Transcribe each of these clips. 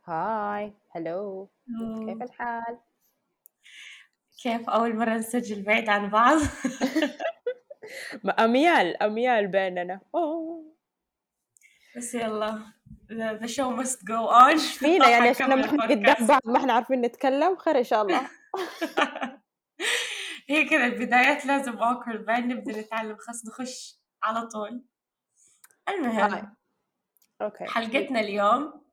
هاي هلو، كيف مم. الحال؟ كيف أول مرة نسجل بعيد عن بعض؟ أميال بيننا. بس يلا the show must go on. إيش فينا يعني عشان حنكمل ما إحنا قدام البودكاست. بعض ما إحنا عارفين نتكلم؟ خير إن شاء الله. هي كده البدايات لازم awkward بعدين نبدأ نتعلم خلاص نخش على طول. هاي المهم أوكي. حلقتنا اليوم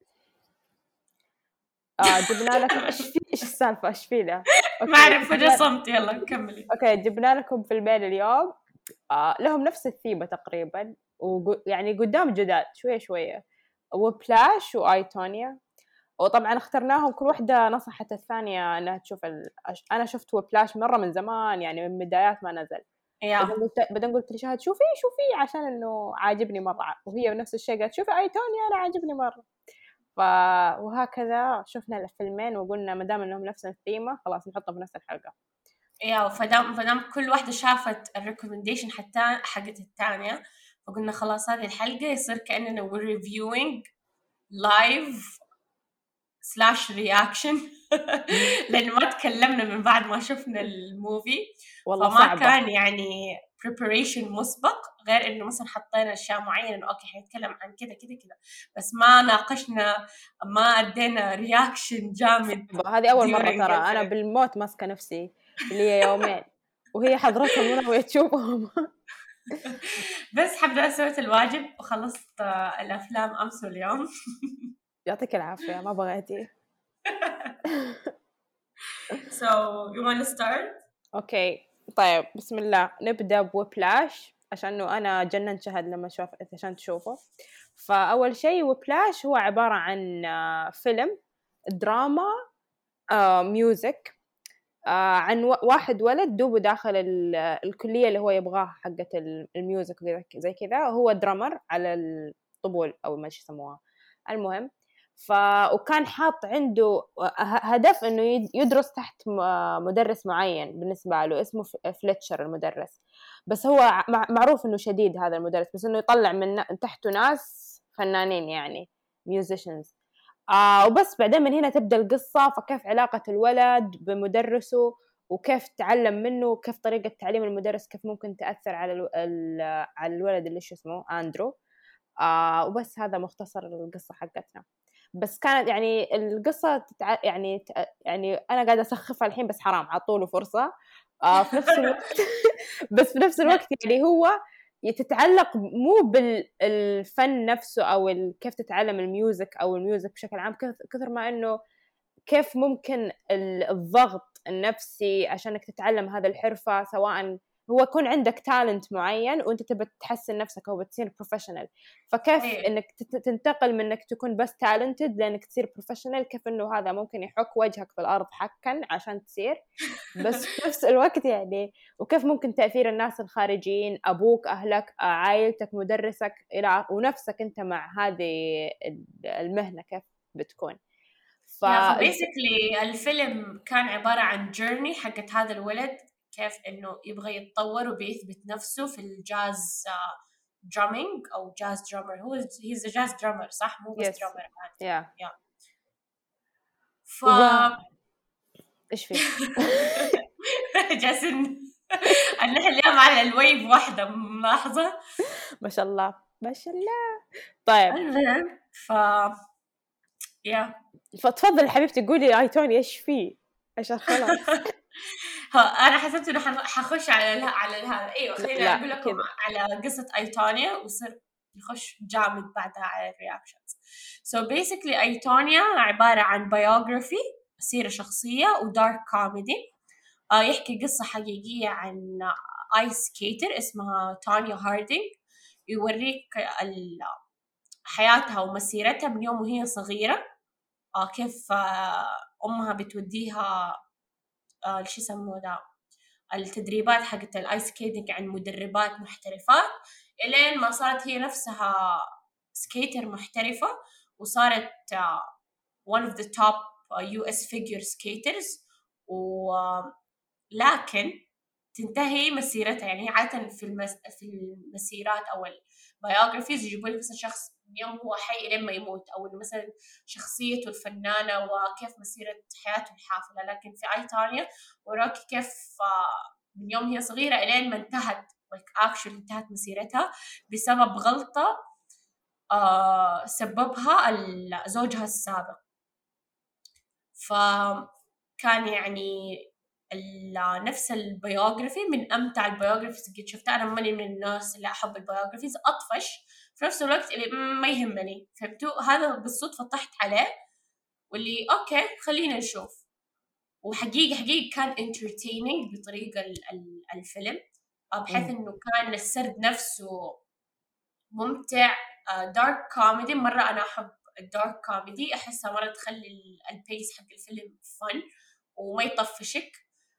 جبنا لكم إيش السالفة إيش فينا؟ ما أوكي أعرف فجأة صمت. يلا كملي. أوكي جبنا لكم فيلمين اليوم. لهم نفس الثيمة تقريبا، يعني قدام جداد شوية وبلاش وآيتونيا. وطبعا اخترناهم كل واحدة نصحت الثانية انها تشوف انا شفت وبلاش مرة من زمان، يعني من بدايات ما نزل. يا بعدين قلت لشهد شوفي عشان انه عاجبني مرة، وهي نفس الشيء قالت شوفي ايتوني انا عاجبني مرة. ف... وهكذا شفنا الفيلمين وقلنا ما دام انهم نفس الثيمة خلاص نحطهم في نفس الحلقة. فدام كل واحدة شافت الريكومنديشن حقت الثانية، فقلنا خلاص هذه الحلقة يصير كأننا we're reviewing live سلاش رياكشن. لأن ما تكلمنا من بعد ما شفنا الموفي، والله فما صعبة. كان يعني preparation مسبق، غير إنه مثلا حطينا أشياء معينة إنه أوكي حنتكلم عن كذا كذا كذا، بس ما ناقشنا، ما أدينا رياكشن جامد هذه أول مرة during ترى أنا الفيلم. بالموت ماسكة نفسي اللي هي يومين وهي حضرتهم هنا وهي تشوفهم. بس الحمد لله سويت الواجب وخلصت الأفلام أمس واليوم. يعطيك العافية ما بغيتي. So you want to start? اوكي طيب بسم الله نبدأ بوبلاش عشانه انا جننت شهد لما عشان تشوفه. فاول شيء وبلاش هو عبارة عن فيلم دراما ميوزك عن واحد ولد دوبه داخل الكلية اللي هو يبغاها حقة الميوزك زي كذا. هو درامر على الطبول او ما يسموها. المهم وكان حاط عنده هدف انه يدرس تحت مدرس معين بالنسبة له اسمه فليتشر المدرس. بس هو معروف انه شديد هذا المدرس، بس انه يطلع من تحته ناس فنانين يعني ميوزيشنز. وبس بعدين من هنا تبدأ القصة، فكيف علاقة الولد بمدرسه وكيف تعلم منه وكيف طريقة تعليم المدرس كيف ممكن تأثر على الولد اللي شو اسمه أندرو. وبس هذا مختصر القصة حقتنا. بس كانت يعني القصة يعني أنا قاعدة أسخفها الحين بس حرام عطوله فرصة. في نفس الوقت بس في نفس الوقت يعني هو تتعلق مو بالفن نفسه أو كيف تتعلم الميوزك أو الميوزك بشكل عام، كثر ما إنه كيف ممكن الضغط النفسي عشانك تتعلم هذا الحرفة، سواء هو يكون عندك تالنت معين وانت تبى تحسن نفسك او بتصير بروفيشنال، فكيف انك تنتقل من انك تكون بس تالنتد لانك تصير بروفيشنال، كيف انه هذا ممكن يحك وجهك في الارض حكا عشان تصير. بس في نفس الوقت يعني وكيف ممكن تأثير الناس الخارجيين، ابوك، اهلك، عائلتك، مدرسك، الى ونفسك انت مع هذه المهنة كيف بتكون. فبيسكلي الفيلم كان عبارة عن جيرني حقت هذا الولد، كيف انه يبغى يتطور وبيثبت نفسه في الجاز درامينج او جاز درامر. هو هيز جاز درامر صح، مو بس يس درامر عادي. يا يا ف ايش في جالسين ان احنا اليوم على الويف واحدة ملاحظة. ما شاء الله ما شاء الله. طيب المهم يا فتفضل حبيبتي قولي ايتوني ايش فيه عشان خلاص. انا حسبت انه حخش على هذا. ايوه خليني لا اقول لكم كذا. على قصه ايتونيا ويصير نخش جامد بعدها على الرياكشنز. سو بيسكلي ايتونيا عباره عن بايوغرافي، سيره شخصيه ودارك كوميدي. يحكي قصه حقيقيه عن ايس سكيتر اسمها تانيا هاردينج. يوريك حياتها ومسيرتها من يوم وهي صغيره، كيف امها بتوديها شو يسموه ده التدريبات حقت الايس سكيتنج عن مدربات محترفات، الين ما صارت هي نفسها سكيتر محترفة وصارت one of the top US figure skaters. ولكن تنتهي مسيرتها، يعني هي عادة في المسيرات أو البيوغرافيز يجيبوا لك مثلا شخص من يوم هو حي لما يموت، أو مثلا شخصيته الفنانة وكيف مسيرة حياته الحافلة. لكن في آي تانيا وراك كيف من يوم هي صغيرة إلين ما انتهت actually انتهت مسيرتها بسبب غلطة سببها زوجها السابق. فكان يعني نفس البيوغرافي من أمتع البيوغرافيز اللي شفتها. أنا ماني من الناس اللي أحب البيوغرافيز، أطفش في نفس الوقت اللي ما يهمني، فهمتوا؟ هذا بالصدفة طحت عليه واللي أوكي خلينا نشوف. وحقيقي كان entertaining بطريقة الفيلم، بحيث إنه كان السرد نفسه ممتع. دارك كوميدي، مرة أنا أحب الدارك كوميدي، أحسها مرة تخلي البيس حق الفيلم فن وما يطفشك.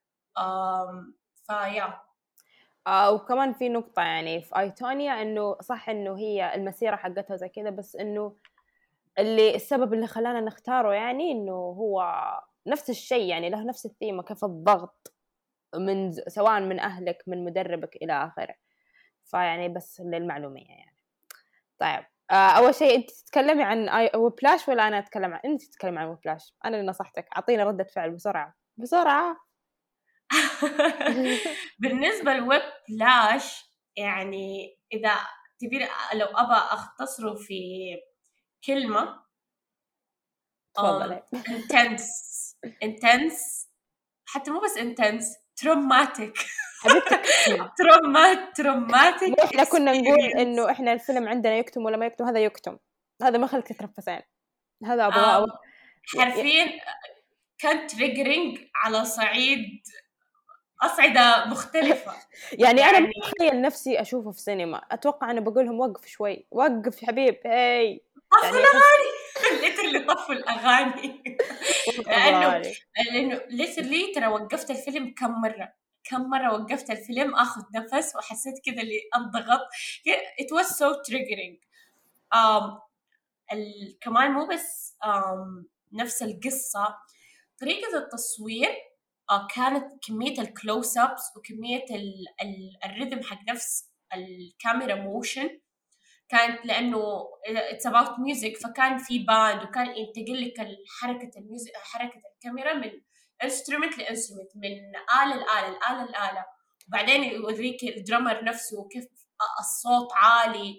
فيا وكمان في نقطة يعني في آيتونيا إنه صح إنه هي المسيرة حقتها زي كذا، بس إنه السبب اللي خلانا نختاره يعني إنه هو نفس الشيء، يعني له نفس الثيمة، كيف الضغط من سواء من أهلك من مدربك إلى آخره. فيعني بس للمعلومية يعني. طيب أول شيء أنت تتكلمي عن وبلاش ولا أنا أتكلم عن؟ أنت تتكلمي عن وبلاش، أنا اللي نصحتك. أعطينا ردة فعل بسرعة بسرعة. بالنسبة لويب بلاش، يعني إذا تبي لو أبى أختصره في كلمة، تفضلي. intense، حتى مو بس intense، traumatic. حبيبتي كتمة. traumatic مو إحنا كنا نقول experience. إنه إحنا الفيلم عندنا يكتم ولا ما يكتم؟ هذا يكتم، هذا ما خلك تتنفسين، هذا أبغاه حرفيا كان triggering على أصعدة مختلفة. يعني أنا ما يعني أتخيل نفسي أشوفه في سينما. أتوقع أنا بقول لهم وقف شوي، وقف يا حبيب، هاي طفوا يعني أحس الأغاني. literally طفوا الأغاني. لأنه literally ترى وقفت الفيلم كم مرة وقفت الفيلم أخذ نفس وحسيت كذا اللي انضغط. it was so triggering. كمان مو بس نفس القصة، طريقة التصوير كانت كمية الكلوز أبس وكمية الريتم حق نفس الكاميرا موشن كانت، لأنه it's about music، فكان في باند وكان ينتقل لك حركة الميوزك، حركة الكاميرا من instrument لinstrument، من آلة لآلة، وبعدين يوريك الدرامر نفسه كيف الصوت عالي،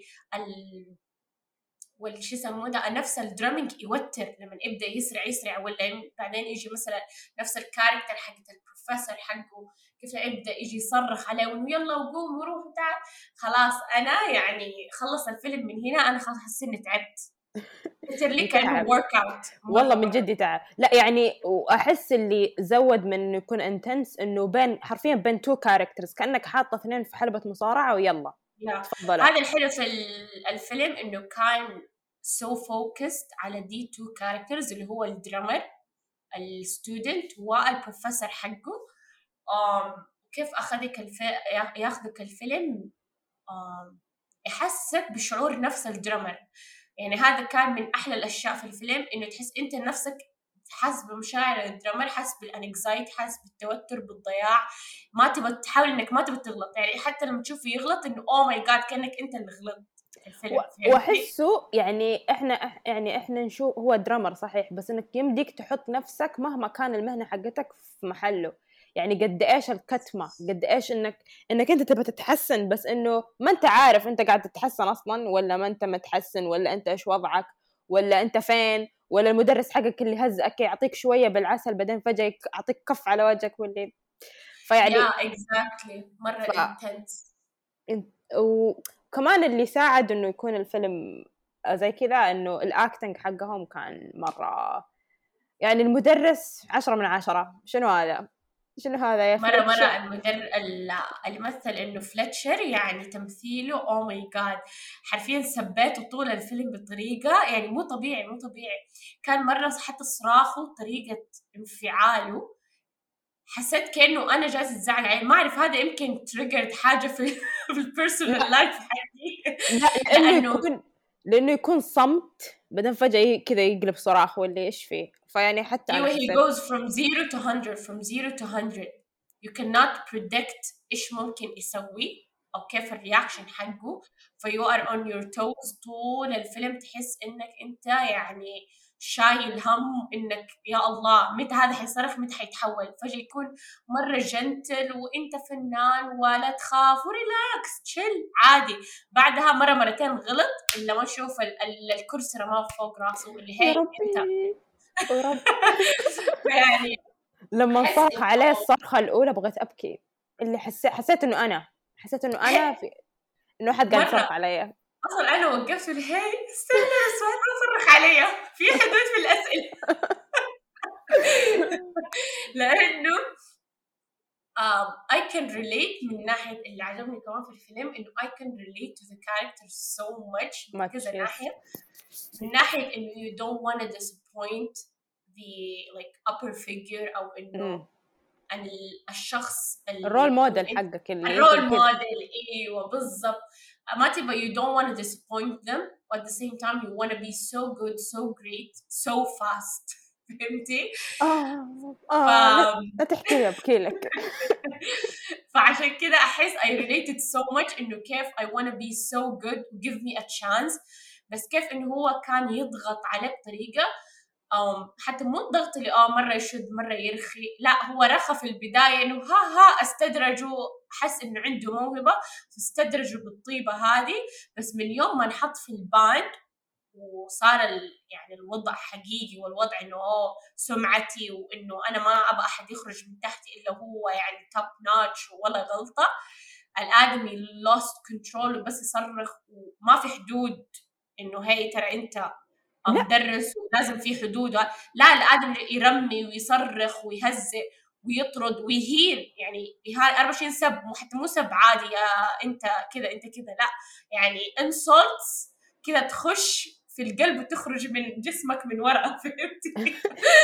والشي يسموه ده نفس الدرامينج يوتر لما يبدا يسرع، ولا بعدين يجي مثلا نفس الكاركتر حقت البروفيسور حقه كيف يبدا يجي يصرخ عليه وانه يلا وقوم وروح وتعال. خلاص انا يعني خلص الفيلم من هنا، انا خلاص حسيت اني تعبت، لي كانه ورك اوت. والله من جد تعب. لا يعني واحس اللي زود من انه يكون انتنس انه بين حرفيا بين تو كاركترز، كانك حاطه اثنين في حلبة مصارعه ويلا تفضل. هذا الحلو في الفيلم انه كان so focused على دي تو كاركترز، اللي هو الدرامر الستودنت والبروفيسور حقه. كيف ياخذك الفيلم يحسك بشعور نفس الدرامر. يعني هذا كان من أحلى الأشياء في الفيلم، إنه تحس أنت نفسك حاسس بمشاعر الدرامر، حاسس بالانكزايت، حاسس بالتوتر، بالضياع، ما تبغى تحاول إنك ما تبغى تغلط. يعني حتى لما تشوفه يغلط إنه أوه ماي جاد كأنك أنت اللي غلطت في الفيلم. واحسه يعني احنا نشوف هو درامر صحيح، بس انك يمديك تحط نفسك مهما كان المهنة حقتك في محله. يعني قد ايش الكتمة، قد ايش انك انت تبى تتحسن، بس انه ما انت عارف انت قاعد تتحسن اصلا ولا ما انت متحسن، ولا انت ايش وضعك، ولا انت فين، ولا المدرس حقك اللي هزك يعطيك شوية بالعسل بعدين فجأة يعطيك كف على وجهك واللي فيعني exactly مرة intense. وكمان اللي ساعد انه يكون الفيلم زي كذا انه الاكتنج حقهم كان مرة، يعني المدرس 10/10. شنو هذا يا مرة الممثل انه فليتشر يعني تمثيله او ماي جاد، حرفيا سبيته طول الفيلم بطريقة يعني مو طبيعي. كان مرة حتى صراخه، طريقة انفعاله، حسيت كأنه أنا جالسة أتزعل عليه. ما أعرف هذا يمكن تريجرد حاجة في البيرسونال لايف حقي. لأنه يكون صمت بعدين فجأة كذا يقلب صراخ ولا إيش فيه. فيعني حتى أنا he goes from 0 to 100 from 0 to 100. you cannot predict إيش ممكن يسوي. أو كيف الرياكشن حقه. فيو ار اون يور توز طول الفيلم، تحس إنك أنت يعني شايل هم إنك يا الله متى هذا حيصرخ، متى حيتحول. فجأة يكون مرة جنتل وإنت فنان ولا تخاف وريلاكس تشيل عادي. بعدها مرة مرتين غلط إلا ما نشوف الكرسي رماه فوق راسه اللي يا هي ربي أنت. يا رب. يعني لما أحس صرخ عليه إنه الصرخة الأولى بغيت أبكي، اللي حسيت إنه أنا في إنه حد قاعد مرة يصرخ علي. أصلا أنا وقفت لي هي استنى بس ما تصرخ علي، في حدود في الأسئلة. لأنه I can relate من ناحية اللي عجبني كمان في الفيلم إنه I can relate to the characters so much من كذا yes. ناحية. من ناحية إنه you don't want to disappoint the like upper figure، أو إنه الشخص الرول اللي موديل حقك اللي أنت الرول كذا. موديل. ايوه بالضبط. ما تبغى you don't want to disappoint them but at the same time you want to be so good so great so fast. فهمتي؟ ف لا تحكي لي أبكي لك. فعشان كده أحس I related so much إنه كيف I want to be so good give me a chance. بس كيف إنه هو كان يضغط عليه بطريقة حتى مو الضغط اللي مرة يشد مرة يرخي، لا هو رخى في البداية إنه ها استدرجوا، حس إنه عنده موهبة فاستدرجوا بالطيبة هذه. بس من يوم ما نحط في الباند وصار يعني الوضع حقيقي، والوضع إنه سمعتي وإنه أنا ما أبغى أحد يخرج من تحتي إلا هو يعني توب ناتش ولا غلطة، الآدمي lost control وبس يصرخ وما في حدود إنه هي ترى أنت مدرس ولازم في حدود. لا الآدم يرمي ويصرخ ويهزئ ويطرد ويهين، يعني يهان 24 سب، حتى مو سب عادي انت كذا انت كذا، لا يعني insults كذا تخش في القلب وتخرج من جسمك من ورا. فهمتي؟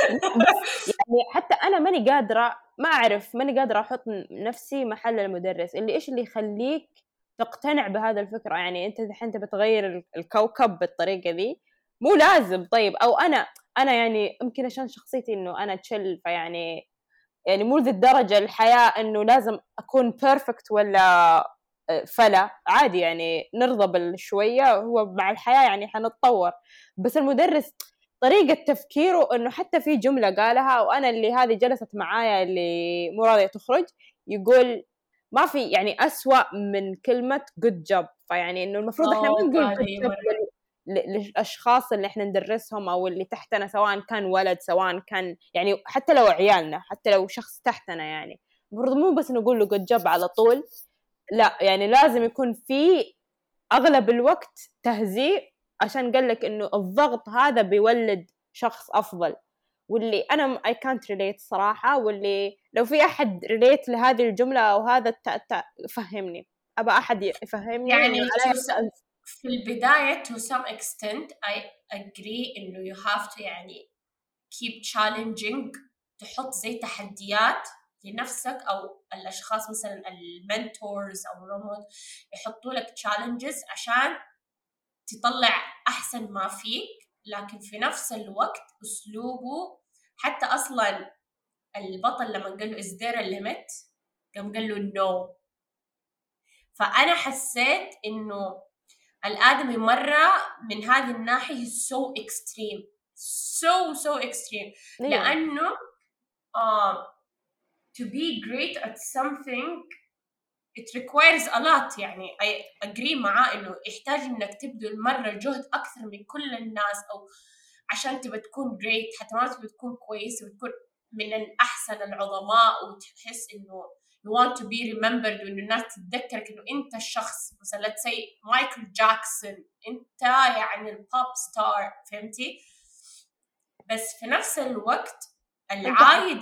يعني حتى أنا ماني قادرة أحط نفسي محل المدرس اللي إيش اللي يخليك تقتنع بهذا الفكرة. يعني أنت الحين بتغير الكوكب بالطريقة دي، مو لازم. طيب أو أنا يعني يمكن عشان شخصيتي إنه أنا تشل، فيعني مو ذي الدرجة الحياة إنه لازم أكون بيرفكت ولا فلا عادي، يعني نرضى بالشوية، هو مع الحياة يعني حنتطور. بس المدرس طريقة تفكيره إنه حتى في جملة قالها وأنا اللي هذه جلست معايا اللي مو راضية تخرج، يقول ما في يعني أسوأ من كلمة good job. فيعني إنه المفروض إحنا ما نقول good job للأشخاص اللي إحنا ندرسهم أو اللي تحتنا، سواء كان ولد سواء كان يعني حتى لو عيالنا، حتى لو شخص تحتنا، يعني المفروض مو بس نقول له good job على طول، لا يعني لازم يكون في أغلب الوقت تهزيء، عشان قال لك إنه الضغط هذا بيولد شخص أفضل. واللي أنا I can't relate صراحة، واللي لو في أحد relate لهذه الجملة أو هذا فهمني، أبى أحد يفهمني إنه يعني في البداية to some extent I agree إنه you have to يعني keep challenging، تحط زي تحديات لنفسك أو الأشخاص مثلا المنتورز أو الرموز يحطوا لك challenges عشان تطلع أحسن ما فيك. لكن في نفس الوقت أسلوبه، حتى أصلا البطل لما قال له is there a limit قام قال له no. فأنا حسيت إنه الآدمي مرة من هذه الناحية so extreme so extreme. لأنه to be great at something it requires a lot. يعني I agree معاه إنه يحتاج إنك تبذل مرة جهد أكثر من كل الناس، أو عشان تبى تكون great، حتى ما تبى تكون كويس وتكون من الأحسن العظماء وتحس إنه you want to be remembered وإنه الناس تتذكرك إنه أنت الشخص مثلا let's say مايكل جاكسون، أنت يعني البوب ستار. فهمتي؟ بس في نفس الوقت العايد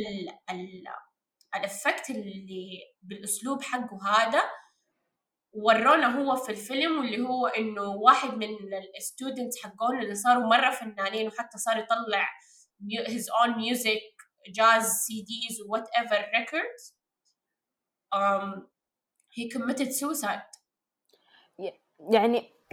الافكت اللي بالاسلوب حقه هذا ورونا هو في الفيلم، واللي هو انه واحد من الستودنتس حقون اللي صاروا مره فنانين وحتى صار يطلع his own music jazz CDs و whatever records he committed suicide.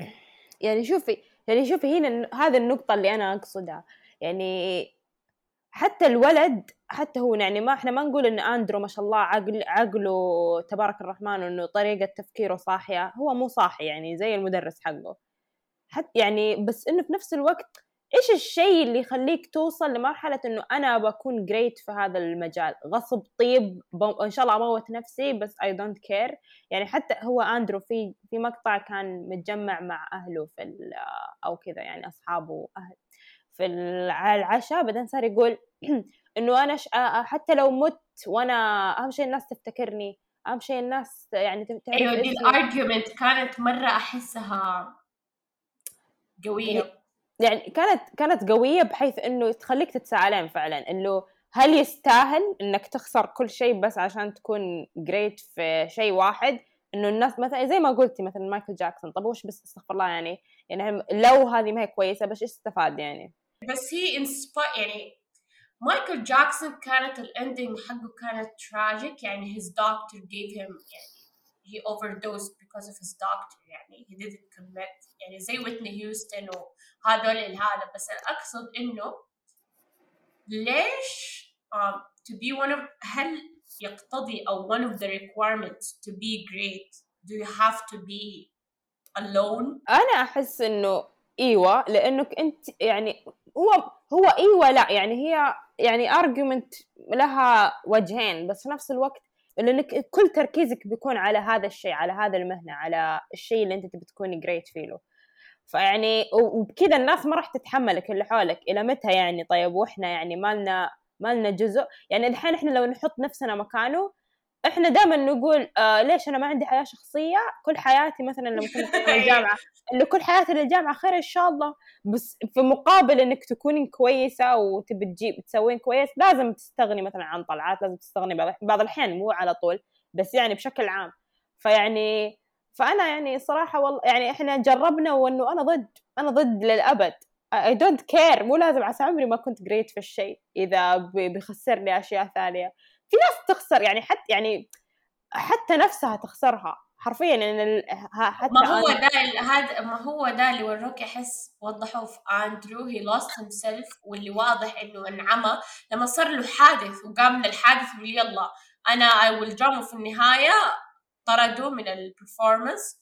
يعني شوفي هنا هذه النقطة اللي أنا أقصدها. يعني حتى الولد حتى هو يعني ما احنا ما نقول ان اندرو ما شاء الله عقله تبارك الرحمن وانه طريقة تفكيره صاحية، هو مو صاحي يعني زي المدرس حقه حتى يعني، بس انه في نفس الوقت ايش الشيء اللي يخليك توصل لمرحلة انه انا بكون جريت في هذا المجال غصب طيب ان شاء الله اموت نفسي بس I don't care. يعني حتى هو اندرو في مقطع كان متجمع مع اهله في او كذا يعني اصحابه اهل في العشاء، بعدين صار يقول انه انا حتى لو مت وانا اهم شيء الناس تفتكرني، اهم شيء الناس يعني تعرف ايوه دي اسمي. الارجيومنت كانت مرة احسها قوية. يعني كانت قوية بحيث انه تخليك تتساءلين فعلا انه هل يستاهل انك تخسر كل شيء بس عشان تكون جريت في شيء واحد. انه الناس مثلا زي ما قلتي مثلا مايكل جاكسون، طب وش بس استغفر الله يعني لو هذه ما هي كويسة بس ايش استفاد يعني. بس هي يعني مايكل جاكسون كانت الاندنج حقه كانت tragic، يعني his doctor gave him يعني he overdosed because of his doctor، يعني he didn't commit، يعني زي ويتني هيوستن وهذول الهذا. بس الأقصد إنه ليش to be one of، هل يقتضي أو one of the requirements to be great do you have to be alone؟ انا احس انه ايوه، لانك انت يعني هو ايوه لا يعني هي يعني ارجيومنت لها وجهين، بس في نفس الوقت لانك كل تركيزك بيكون على هذا الشيء، على هذا المهنه، على الشيء اللي انت تبي تكوني جريت فيه له. فيعني وبكذا الناس ما راح تتحملك اللي حولك الى متى يعني. طيب واحنا يعني مالنا جزء يعني الحين احنا لو نحط نفسنا مكانه احنا دائما نقول ليش انا ما عندي حياه شخصيه، كل حياتي مثلا لما كنا في ايام الجامعه انه كل حياتي للجامعه خير ان شاء الله، بس في مقابل انك تكونين كويسه وتبي تسوين كويس لازم تستغني مثلا عن طلعات، لازم تستغني بعض الاحيان مو على طول بس يعني بشكل عام. فيعني فانا يعني صراحه والله يعني احنا جربنا وانه انا ضد للابد. I don't care، مو لازم عسى عمري ما كنت جريت في الشيء اذا بيخسرني اشياء ثانيه. في ناس تخسر يعني حتى نفسها تخسرها حرفيا يعني ما حتى هو انا. ده هذا ما هو ده اللي وروك، احس وضحوه في اندرو he lost himself، واللي واضح انه انعمى لما صار له حادث وقام من الحادث وقال يلا انا I will jump، وفي النهايه طردوا من البرفورمانس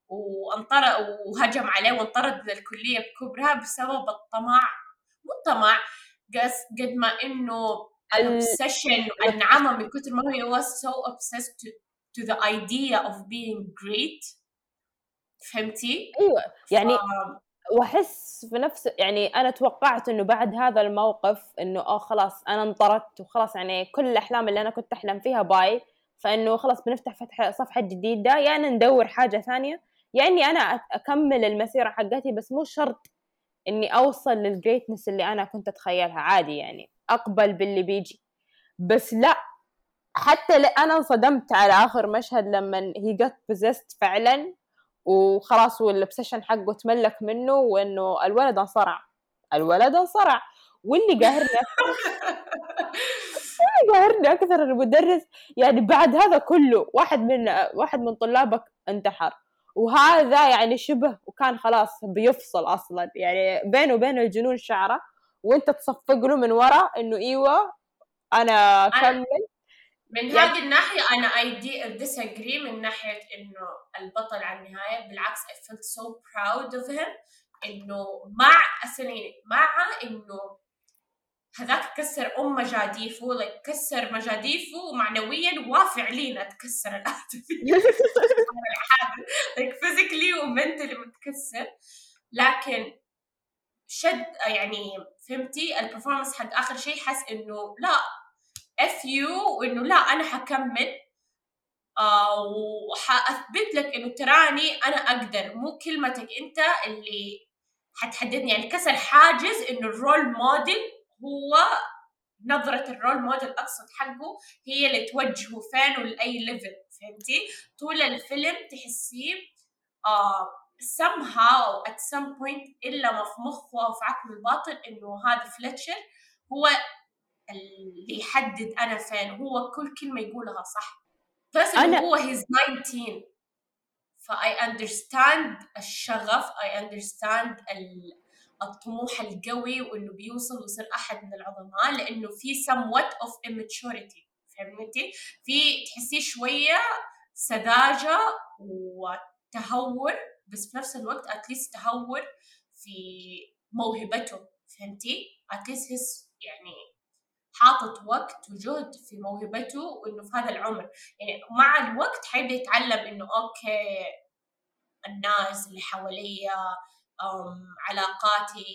وهجم عليه وانطرد من الكليه بكبرها بسبب الطمع. مو الطمع قد ما انه الاوبسيشن، انعمى من كثر ما هو was so obsessed to the idea of being great. فهمتي؟ ايوه ف يعني واحس في نفس يعني انا توقعت انه بعد هذا الموقف انه خلاص انا انطردت وخلاص يعني كل الاحلام اللي انا كنت احلم فيها باي، فانه خلاص بنفتح صفحه جديده، يا يعني ندور حاجه ثانيه يعني انا اكمل المسيره حقتي بس مو شرط اني اوصل للجريتنس اللي انا كنت اتخيلها، عادي يعني اقبل باللي بيجي. بس لا، حتى انا انصدمت على اخر مشهد لما هي جت بوزيست فعلا وخلاص والابسيشن حقه تملك منه وانه الولد انصرع. واللي قاهرني اكثر المدرس يعني بعد هذا كله واحد من طلابك انتحر، وهذا يعني شبه وكان خلاص بيفصل اصلا يعني بينه وبين الجنون شعره، وانت تصفق له من ورا انه ايوه انا كمل. من يعني هذه الناحية أنا I disagree من ناحية إنه البطل على النهاية، بالعكس I felt so proud of him، إنه مع إنه هذاك كسر مجاديفه، كسر مجاديفه معنويا وفعليا تكسر الآن physically ومنتلي متكسر، لكن شد يعني فهمتي البرفورمانس حق آخر شيء حس إنه لا وإنه لا أنا حكمل وحأثبت لك إنه تراني أنا أقدر، مو كلمتك أنت اللي حتحددني. يعني كسر حاجز إنه الرول موديل هو نظرة الرول موديل أقصد حقه هي اللي توجهه فين ولأي ليفل. فهمتي؟ طول الفيلم تحسيه somehow at some point إلا ما في مخه أو في عقله الباطن إنه هذا فليتشر هو اللي يحدد أنا فين، هو كل كلمة يقولها صح، بس إنه هو he's 19. I understand الشغف، I understand الطموح القوي وإنه بيوصل ويصير أحد من العظماء، لأنه في somewhat of immaturity، فهمتي؟ في تحسيه شوية سذاجة وتهور، بس في نفس الوقت أتليست تهور في موهبته، فهمتي؟ أتليست يعني حاطط وقت وجهد في موهبته، وإنه في هذا العمر يعني مع الوقت حيبدأ يتعلم إنه أوكي الناس اللي حواليا، علاقاتي،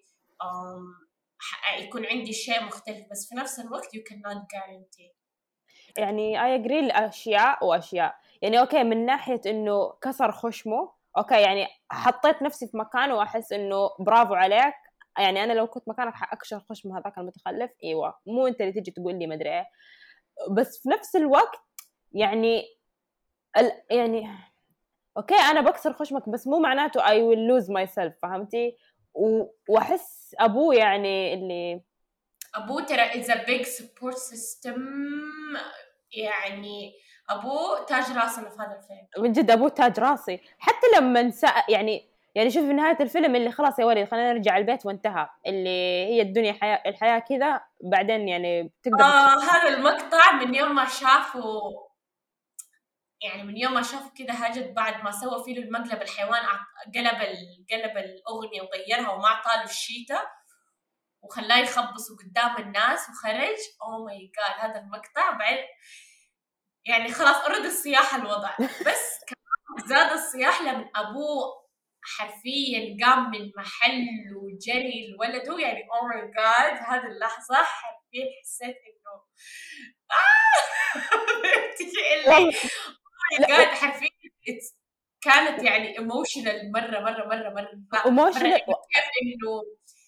يكون عندي شيء مختلف، بس في نفس الوقت you cannot guarantee. يعني I agree لأشياء وأشياء. يعني أوكي من ناحية إنه كسر خشمه، أوكي يعني حطيت نفسي في مكانه وأحس إنه برافو عليك. يعني أنا لو كنت مكانك حأكسر خشم هذاك المتخلف، أيوة مو أنت اللي تيجي تقول لي مدري إيه. بس في نفس الوقت يعني يعني أوكي أنا بكسر خشمك بس مو معناته I will lose myself، فهمتي؟ وأحس أبوه يعني اللي أبوه ترى is a big support system، يعني أبوه تاج راسنا في هذا الفيلم من جد. أبوه تاج راسي. حتى لما يعني شوف في نهاية الفيلم اللي خلاص يا ولد خلينا نرجع البيت وانتهى، اللي هي الدنيا الحياة كذا، بعدين يعني بتقدر هذا المقطع من يوم ما شافوا، يعني من يوم ما شافوا كده هاجد بعد ما سوى فيه المقلب الحيوان، قلب الأغنية وغيرها وما عطاله الشيتا وخلاه يخبصه قدام الناس وخرج. او ماي جاد هذا المقطع بعد يعني خلاص أرد الصياح الوضع، بس كمان زاد الصياح لما أبوه حرفيا قام من محل وجري لولده، يعني او ماي جاد هذه اللحظة حرفيا حسيت انه اللي قاعد حرفيا كانت يعني ايموشنال مرة emotional. كيف انه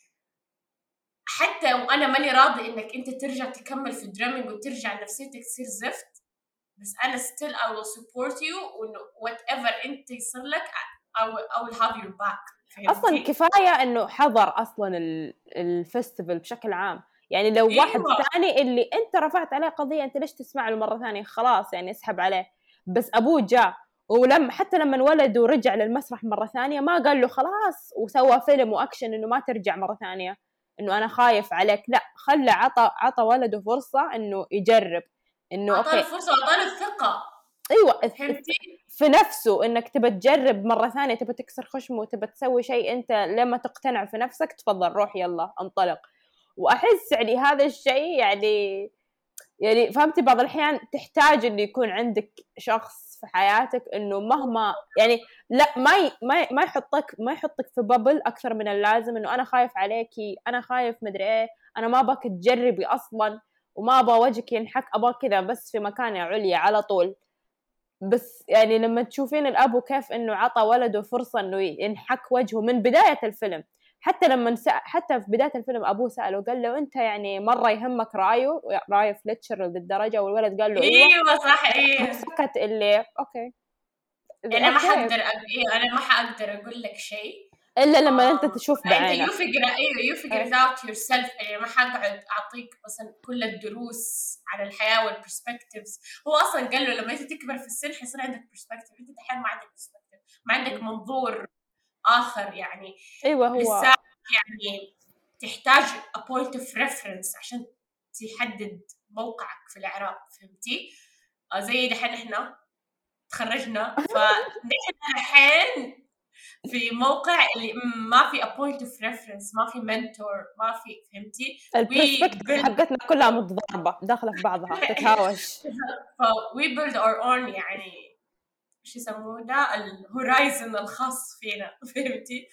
حتى وانا ماني راضي انك انت ترجع تكمل في الدرامينج وترجع نفسيتك تصير زفت، بس انا still I will support you، وانه whatever انت يصير لك I will have your back. اصلا كفايه انه حضر اصلا الفestival بشكل عام. يعني لو واحد ثاني اللي انت رفعت عليه قضيه، انت ليش تسمع له مره ثانيه؟ خلاص يعني اسحب عليه. بس ابوه جاء حتى لما انولد ورجع للمسرح مره ثانيه ما قال له خلاص وسوى فيلم واكشن انه ما ترجع مره ثانيه، انه انا خايف عليك. لا، خلى عطى ولده فرصه انه يجرب، انه اعطاله فرصه واعطاله الثقه. ايوه فهمتي؟ في نفسه انك تبى تجرب مره ثانيه، تبى تكسر خشمه وتبى تسوي شيء انت لما تقتنع في نفسك تفضل روح يلا انطلق. واحس يعني هذا الشيء يعني فهمتي بعض الاحيان تحتاج انه يكون عندك شخص في حياتك انه مهما يعني لا ما يحطك في بابل اكثر من اللازم، انه انا خايف عليكي، انا خايف مدري ايه، انا ما ابغاك تجربي اصلا وما ابغى وجهك ينحك، ابغى كذا بس في مكانه عليا على طول. بس يعني لما تشوفين الأب كيف إنه عطى ولده فرصة إنه ينحك وجهه من بداية الفيلم، حتى في بداية الفيلم أبوه سأله قال له أنت يعني مرة يهمك رايه فليتشر للدرجة، والولد قال له أيوة صح. إيه سكت اللي أوكي أنا ما حقدر أنا ما حقدر أقول لك شيء إلا لما أنت تشوف بعينك. أنت you figure it out yourself. يعني ما حقعد أعطيك مثلا كل الدروس على الحياة والبرسبكتيفز. هو أصلا قال له لما أنت تكبر في السن حيصير عندك برسبكتيف، أنت الحين ما عندك برسبكتيف، ما عندك منظور آخر يعني. أيوة هو لسه يعني تحتاج a point of reference عشان تحدد موقعك في الإعراب. فهمتي؟ زي دحين إحنا تخرجنا فنحن الحين في موقع اللي ما في a point of reference، ما في mentor، ما في. فهمتي؟ البرسبكتيف حقتنا كلها متضاربة داخلة في بعضها تتهاوش. we build our own يعني ايش يسموه ده الهورايزن الخاص فينا. فهمتي؟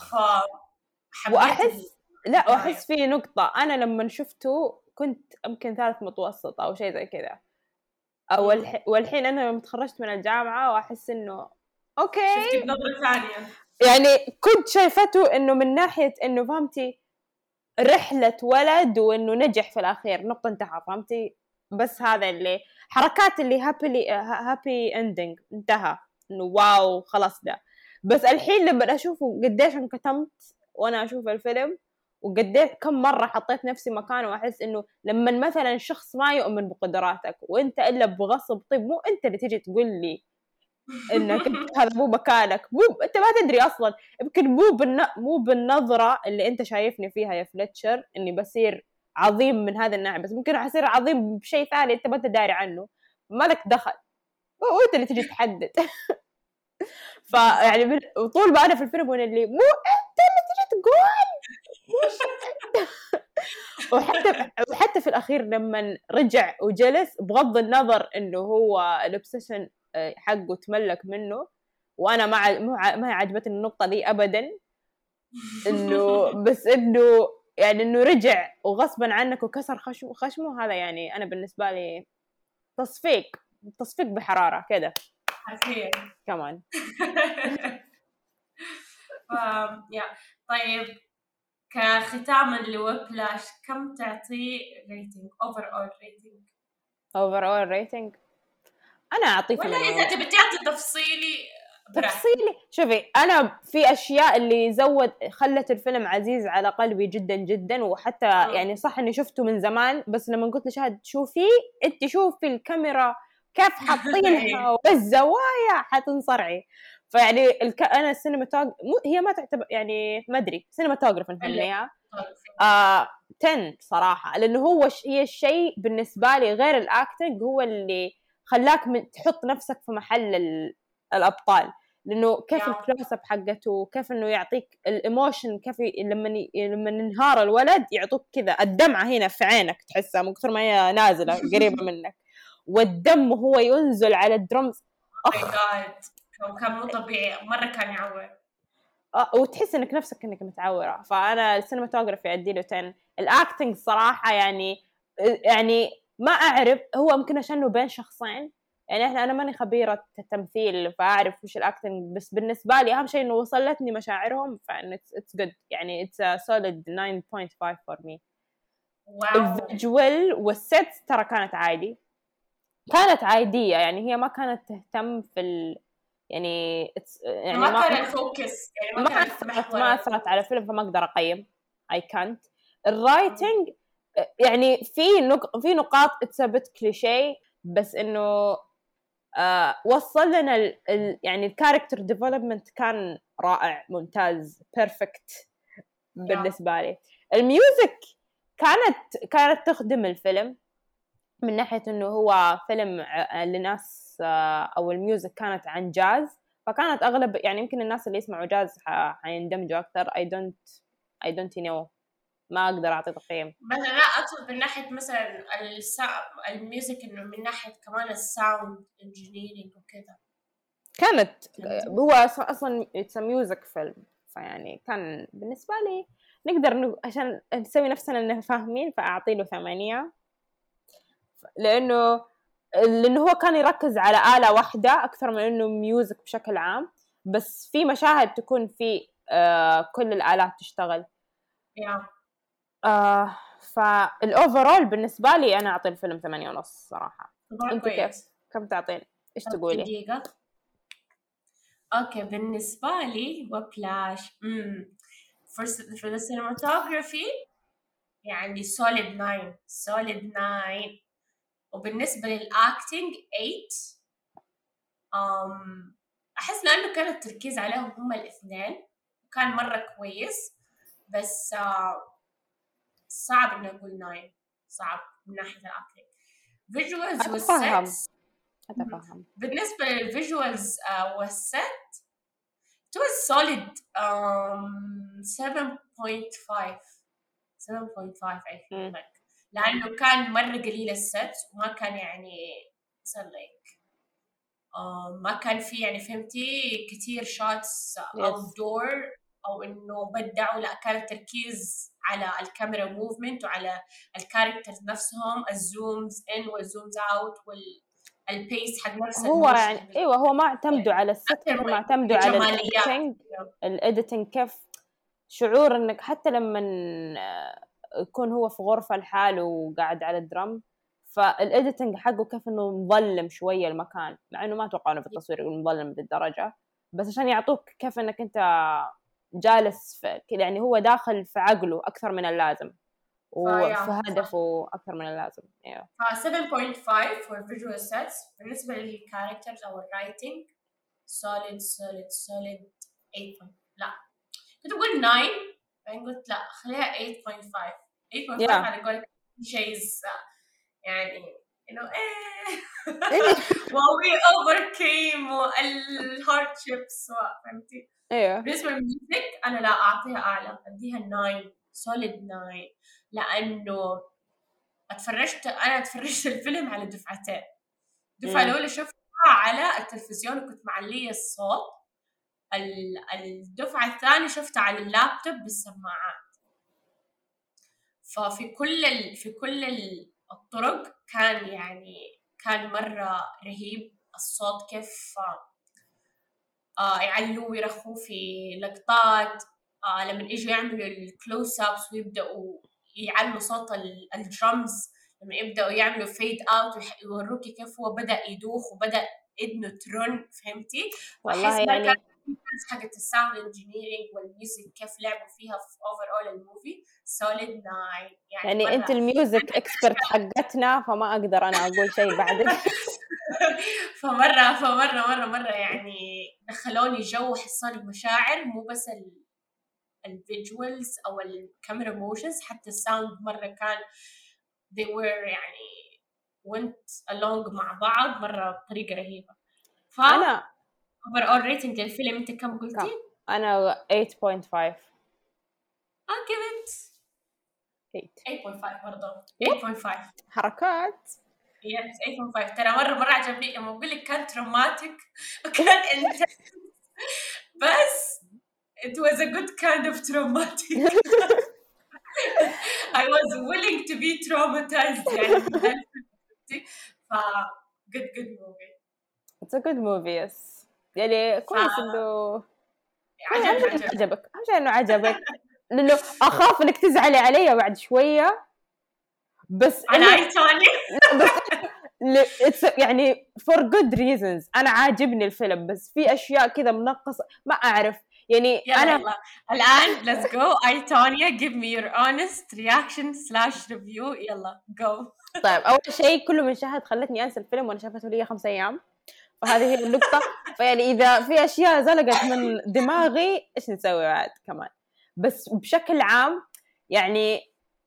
وأحس في نقطة أنا لما شفته كنت يمكن ثالث متوسط أو شيء زي كذا، والحين أنا لما تخرجت من الجامعة وأحس إنه أوكي شفتي بنظرة ثانية. يعني كنت شايفته إنه من ناحية إنه فهمتي رحلة ولد وإنه نجح في الأخير نقطة انتهى. فهمتي؟ بس هذا اللي حركات اللي هابي اندنج انتهى، إنه واو خلاص ده. بس الحين لما أشوفه قديش انكتمت وأنا أشوف الفيلم، وقديت كم مرة حطيت نفسي مكانه، وأحس إنه لما مثلا شخص ما يؤمن بقدراتك وإنت إلا بغصب، طيب مو أنت اللي تيجي تقول لي انك هذا مو مكانك، انت ما تدري اصلا، يمكن مو بالنظره اللي انت شايفني فيها يا فلتشر اني بصير عظيم من هذا الناحيه، بس ممكن اصير عظيم بشيء ثاني انت ما انت داري عنه، ما لك دخل، وانت اللي تجي تحدد. فيعني طول ما انا في الفيلم وانا اللي مو انت اللي تجي تقول وحتى في الاخير لما رجع وجلس، بغض النظر انه هو الاوبسيشن حقه تملك منه، وانا ما عجبتني النقطه دي ابدا، انه بس انه يعني انه رجع وغصبا عنك وكسر خشمه، هذا يعني انا بالنسبه لي تصفيق بحراره كده حرفيا كمان. يا طيب، كختاما لويبلاش كم تعطيه ريتنج اوفر اول ريتنج انا اعطيه ولا 8 اذا تبي تعطي تفصيلي براحتك؟ تفصيلي. شوفي انا في اشياء اللي خلت الفيلم عزيز على قلبي جدا جدا، وحتى يعني صح اني شفته من زمان، بس لما قلت لشهد شوفي انت شوفي الكاميرا كيف حاطينها والزوايا حتنصرعي. فيعني انا هي ما تعتبر يعني ما ادري سينماتوجراف نسميها 10 صراحه، لانه هي الشيء بالنسبه لي غير الاكتنج هو اللي خلاك تحط نفسك في محل الابطال، لانه كيف الكلوز اب حقته، كيف انه يعطيك الايموشن، كيف لما ينهار الولد يعطوك كذا الدمعه هنا في عينك تحسها من كثر ما هي نازله قريبه منك، والدم وهو ينزل على الدرمز كان مو طبيعي مره، كان يعور وتحس انك نفسك انك متعوره. فانا السينماتوجرافي ادي له 10. الاكتنج صراحه يعني ما اعرف، هو يمكن عشانه بين شخصين، يعني انا ماني خبيره تمثيل فاعرف وش الاكتنج، بس بالنسبه لي اهم شيء انه وصلتني مشاعرهم، فان اتس جود يعني اتس سوليد 9.5 فور مي. الفيجوال والسيت ترى كانت عاديه، يعني هي ما كانت تهتم في يعني ما كان الفوكس، يعني ما أثرت على الفيلم، فما أقدر أقيم. I can't. الرايتنج يعني في نقاط اتثبت كليشيه، بس إنه وصل لنا يعني الكاركتر ديفلوبمنت كان رائع ممتاز بيرفكت بالنسبة لي. الميوزك كانت تخدم الفيلم من ناحية إنه هو فيلم لناس أو الميوزك كانت عن جاز، فكانت أغلب يعني يمكن الناس اللي يسمعوا جاز حيندمجوا أكثر. I don't know، ما أقدر أعطي تقييم. بس لا أقصد من ناحية مثلا الميوزك، إنه من ناحية كمان الساوند انجينيرينج وكذا كانت هو أصلا it's a music فيلم، فيعني كان بالنسبة لي نقدر عشان نسوي نفسنا إنه فاهمين فأعطي له 8، لأنه هو كان يركز على آلة واحدة أكثر من إنه ميوزك بشكل عام، بس في مشاهد تكون في كل الآلات تشتغل. فالأوفرول بالنسبة لي أنا أعطي الفيلم 8.5 صراحة. أنت كيف؟ كم تعطين؟ إيش تقولي؟ دقيقة. أوكي بالنسبة لي وبلاش for the cinematography يعني solid 9. وبالنسبة للأكتنج 8. أحس لأنه كان التركيز عليهم هم الاثنين وكان مرة كويس، بس صعب إنه أقول 9، صعب من ناحية الأكتنج. فيجوالز والسيتس أتفهم. بالنسبة للفيجوالز والسيت it was solid 7.5 I feel like، لأنه كان مرة قليل السيت وما كان يعني مثلا ما كان في يعني فهمتي كتير شوتس outdoor أو إنه بدعوا، لا كان التركيز على الكاميرا موفمنت وعلى الكاركترز نفسهم، الزومز إن والزومز أوت والبيس حق نفس هو يعني أيوة هو ما اعتمدوا على الست كثر ما اعتمدوا على الإديتنج كيف شعور إنك حتى لما يكون هو في غرفة لحاله وقاعد على الدرام، فالإديتنج حقه كيف إنه مظلم شوية المكان، مع إنه ما أتوقع إنه في التصوير يكون مظلم بالدرجة، بس عشان يعطوك كيف إنك أنت جالس في كذا، يعني هو داخل في عقله أكثر من اللازم وفي هدفه أكثر من اللازم. 7.5 for visual sets. بالنسبة للكاركترز أو الرايتنج solid 8. لا كنت بقول 9 بعدين قلت لا خليها 8.5. 8.5 yeah. على قولك شيء يعني انه ايه إيه. we overcame الهاردشيبس فهمتي. ايوه بالنسبة للميوزك أنا لا أعطيها أعلى، أديها 9 solid 9 لأنه أنا اتفرجت الفيلم على دفعتين. الدفعة الأولى شفتها على التلفزيون وكنت معلية الصوت، الدفعة الثانية شفتها على اللابتوب بالسماعات. ففي كل الطرق كان يعني كان مرة رهيب الصوت، كيف يعلوا ويرخوا في لقطات، لما يجوا يعملوا الكلوز ابس ويبدأوا يعلوا صوت الدرمز، لما يبدأوا يعملوا فيد اوت ويوروكي كيف هو بدأ يدوخ وبدأ إذنه ترن، فهمتي؟ والله أحس يعني حقت الساوند انجينيرينج والميوزك كيف لعبوا فيها في اوفر اول الموفي solid 9 يعني انت الميوزك اكسبرت حقتنا، فما اقدر انا اقول شيء بعدك. فمرة يعني دخلوني جو، حسوني بمشاعر، مو بس الفيجوالز او الكاميرا موشنز، حتى الساوند مرة كان they were يعني went along مع بعض مرة بطريقة رهيبة. انا overall rating للفيلم انت كم قلتي؟ انا 8.5. I'll give it 8.5 برضه. 8.5 حركات. yes 8.5. ترى مرة عجبني لما أقول لك كان تروماتيك وكان انت بس it was a good kind of traumatic. I was willing to be traumatized يعني من هالفيلم. good movie. It's a good movie yes. يعني كويس انه عجبك. أهم شيء انه عجبك، لانه اخاف انك تزعلي علي بعد شوية. بس على عيتاني بس يعني for good reasons. أنا عاجبني الفيلم بس في أشياء كذا منقصة ما أعرف يعني. يلا الآن let's go. Aitania give me your honest reaction / review. يلا go. طيب أول شيء كل مشاهد خلتني أنسى الفيلم وأنا شافته لي 5 أيام، فهذه هي النقطة. فيعني إذا في أشياء زلقت من دماغي إيش نسوي بعد كمان. بس بشكل عام يعني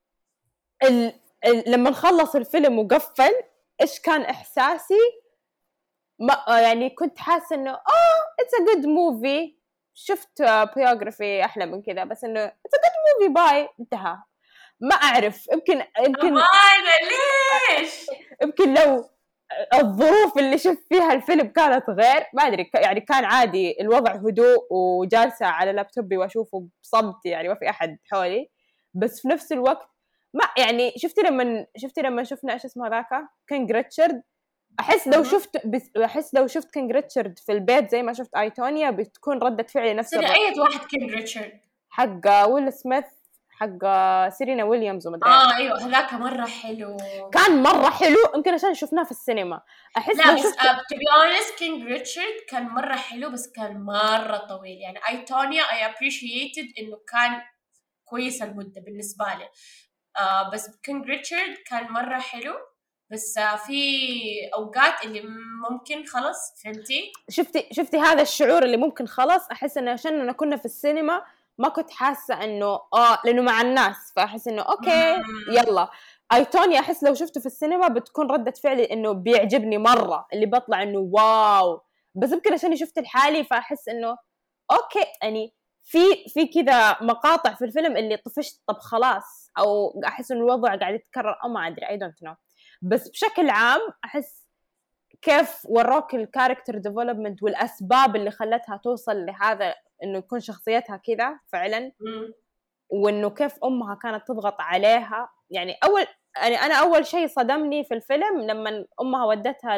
لما نخلص الفيلم وقفل إيش كان إحساسي؟ ما يعني كنت حاسة إنه it's a good movie. شفت بيوغرافي أحلى من كذا، بس إنه it's a good movie باي انتهى. ما أعرف يمكن ليش يمكن لو الظروف اللي شفت فيها الفيلم كانت غير ما أدري، يعني كان عادي الوضع هدوء وجالسة على لابتوبي وأشوفه بصمت يعني ما في أحد حولي. بس في نفس الوقت ما يعني شفتي لما شفنا إيش اسمه ذاك كينج ريتشارد. أحس لو شفت كينج ريتشارد في البيت زي ما شفت آيتونيا بتكون ردة فعلي نفس أي واحد كينج ريتشارد حق ويل سميث حق سيرينا ويليامز ومدري ايوه هذاك مره حلو، كان مره حلو يمكن عشان شفناه في السينما. احس لا بس to be honest كينج ريتشارد كان مره حلو بس كان مره طويل. يعني آيتونيا I appreciated انه كان كويس المده بالنسبه لي. بس كينج ريتشارد كان مره حلو، بس في اوقات اللي ممكن خلص فهمتي. شفتي هذا الشعور اللي ممكن خلص. احس انه عشان كنا في السينما ما كنت حاسه انه لانه مع الناس، فاحس انه اوكي يلا. آيتونيا احس لو شفته في السينما بتكون ردة فعلي انه بيعجبني مره، اللي بطلع انه واو. بس يمكن عشان شفت الحالي فاحس انه اوكي يعني في كذا مقاطع في الفيلم اللي طفشت طب خلاص، او احس انه الوضع قاعد يتكرر او ما ادري I don't know. بس بشكل عام احس كيف وروك الكاركتر ديفلوبمنت والاسباب اللي خلتها توصل لهذا انه يكون شخصيتها كذا فعلا، وانه كيف امها كانت تضغط عليها. يعني انا اول شيء صدمني في الفيلم لما امها ودتها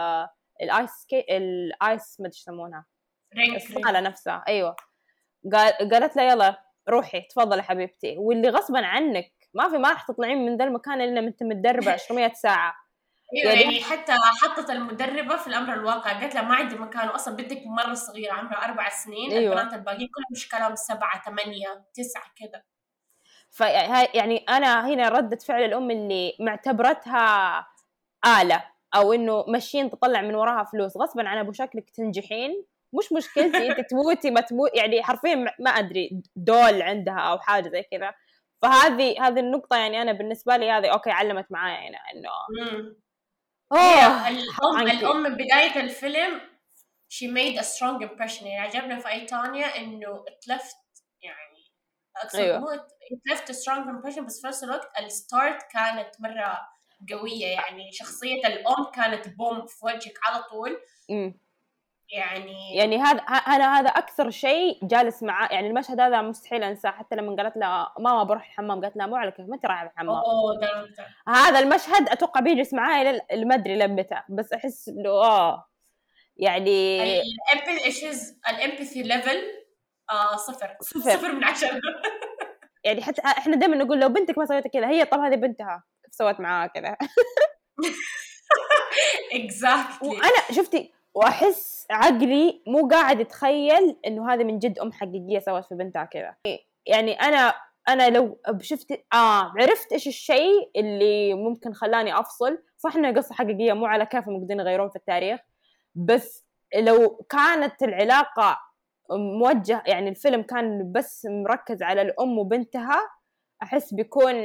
الايس ما ادري يسمونها الصاله نفسها. ايوه قالت لها يلا روحي تفضلي حبيبتي، واللي غصبا عنك ما راح تطلعين من ذا المكان الا انت متدربه 200 ساعه. يعني حتى حطت المدربة في الأمر الواقع، قالت لها ما عندي مكان، وأصلا بدك مرة صغيرة عمرها 4 سنين. البنات الباقيين كلهم مش كلام 7 8 9 كذا. يعني أنا هنا ردة فعل الأم اللي معتبرتها آلة، أو إنه ماشيين تطلع من وراها فلوس غصبا عن أبو شكلك تنجحين مش مشكلتي انت تموتي ما تموت، يعني حرفيا ما ادري دول عندها او حاجه زي كذا. فهذه النقطه يعني انا بالنسبه لي هذه اوكي علمت معايا هنا انه هي حق عنكي. الام من بدايه الفيلم she made a strong impression. يعني عجبنا في ايطانيا انه اتلفت، يعني اقصد ايوه مو اتلفت strong impression، بس في نفس الوقت الستارت كانت مره قويه. يعني شخصيه الام كانت بوم في وجهك على طول. يعني هذا اكثر شيء جالس معاه، يعني المشهد هذا مستحيل انساه. حتى لما قالت له ماما بروح الحمام، قالت له مو على كيف ما انت رايحه الحمام. ده هذا المشهد اتوقع بيجلس معاي ما ادري لمتى، بس احس انه يعني الامباثي ليفل صفر. 0 من 10. يعني حتى احنا دائما نقول لو بنتك ما سويت كذا، هي طب هذه بنتها كيف سوت معاها كذا. exactly. وانا شفتي واحس عقلي مو قاعد يتخيل انه هذه من جد ام حقيقيه سوت في بنتها كذا. يعني انا لو شفت عرفت ايش الشيء اللي ممكن خلاني افصل. صح انها قصه حقيقيه مو على كيفهم يقدرون يغيرون في التاريخ، بس لو كانت العلاقه موجه، يعني الفيلم كان بس مركز على الام وبنتها، احس بيكون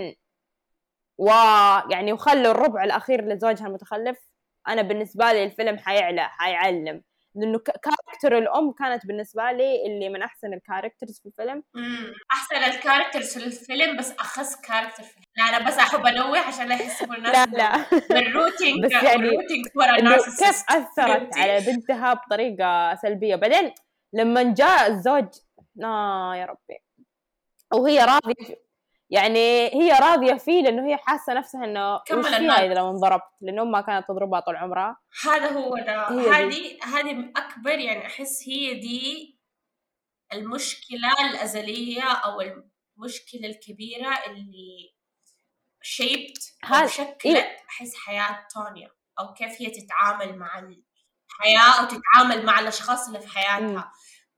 يعني وخلوا الربع الاخير لزوجها المتخلف. انا بالنسبه لي الفيلم حيعلم، لانه كاركتر الام كانت بالنسبه لي اللي من احسن الكاركترز في الفيلم. احسن الكاركترز في الفيلم، بس اخص كاركتر في لا انا بس احب انوه عشان لا يحسوا الناس لا بالروتينج بس يعني ورا انه النارسيسست. كيف اثرت على بنتها بطريقه سلبيه. بعدين لما جاء الزوج يا ربي، وهي راضيه، يعني هي راضيه فيه لانه هي حاسه نفسها انه وش فيها اذا لو انضربت، لانه امها كانت تضربها طول عمرها. هذا هو ده. هي هذه اكبر، يعني احس هي دي المشكله الازليه او المشكله الكبيره اللي شيبت او شكلت احس حياه تونيا، او كيف هي تتعامل مع الحياه او تتعامل مع الاشخاص اللي في حياتها.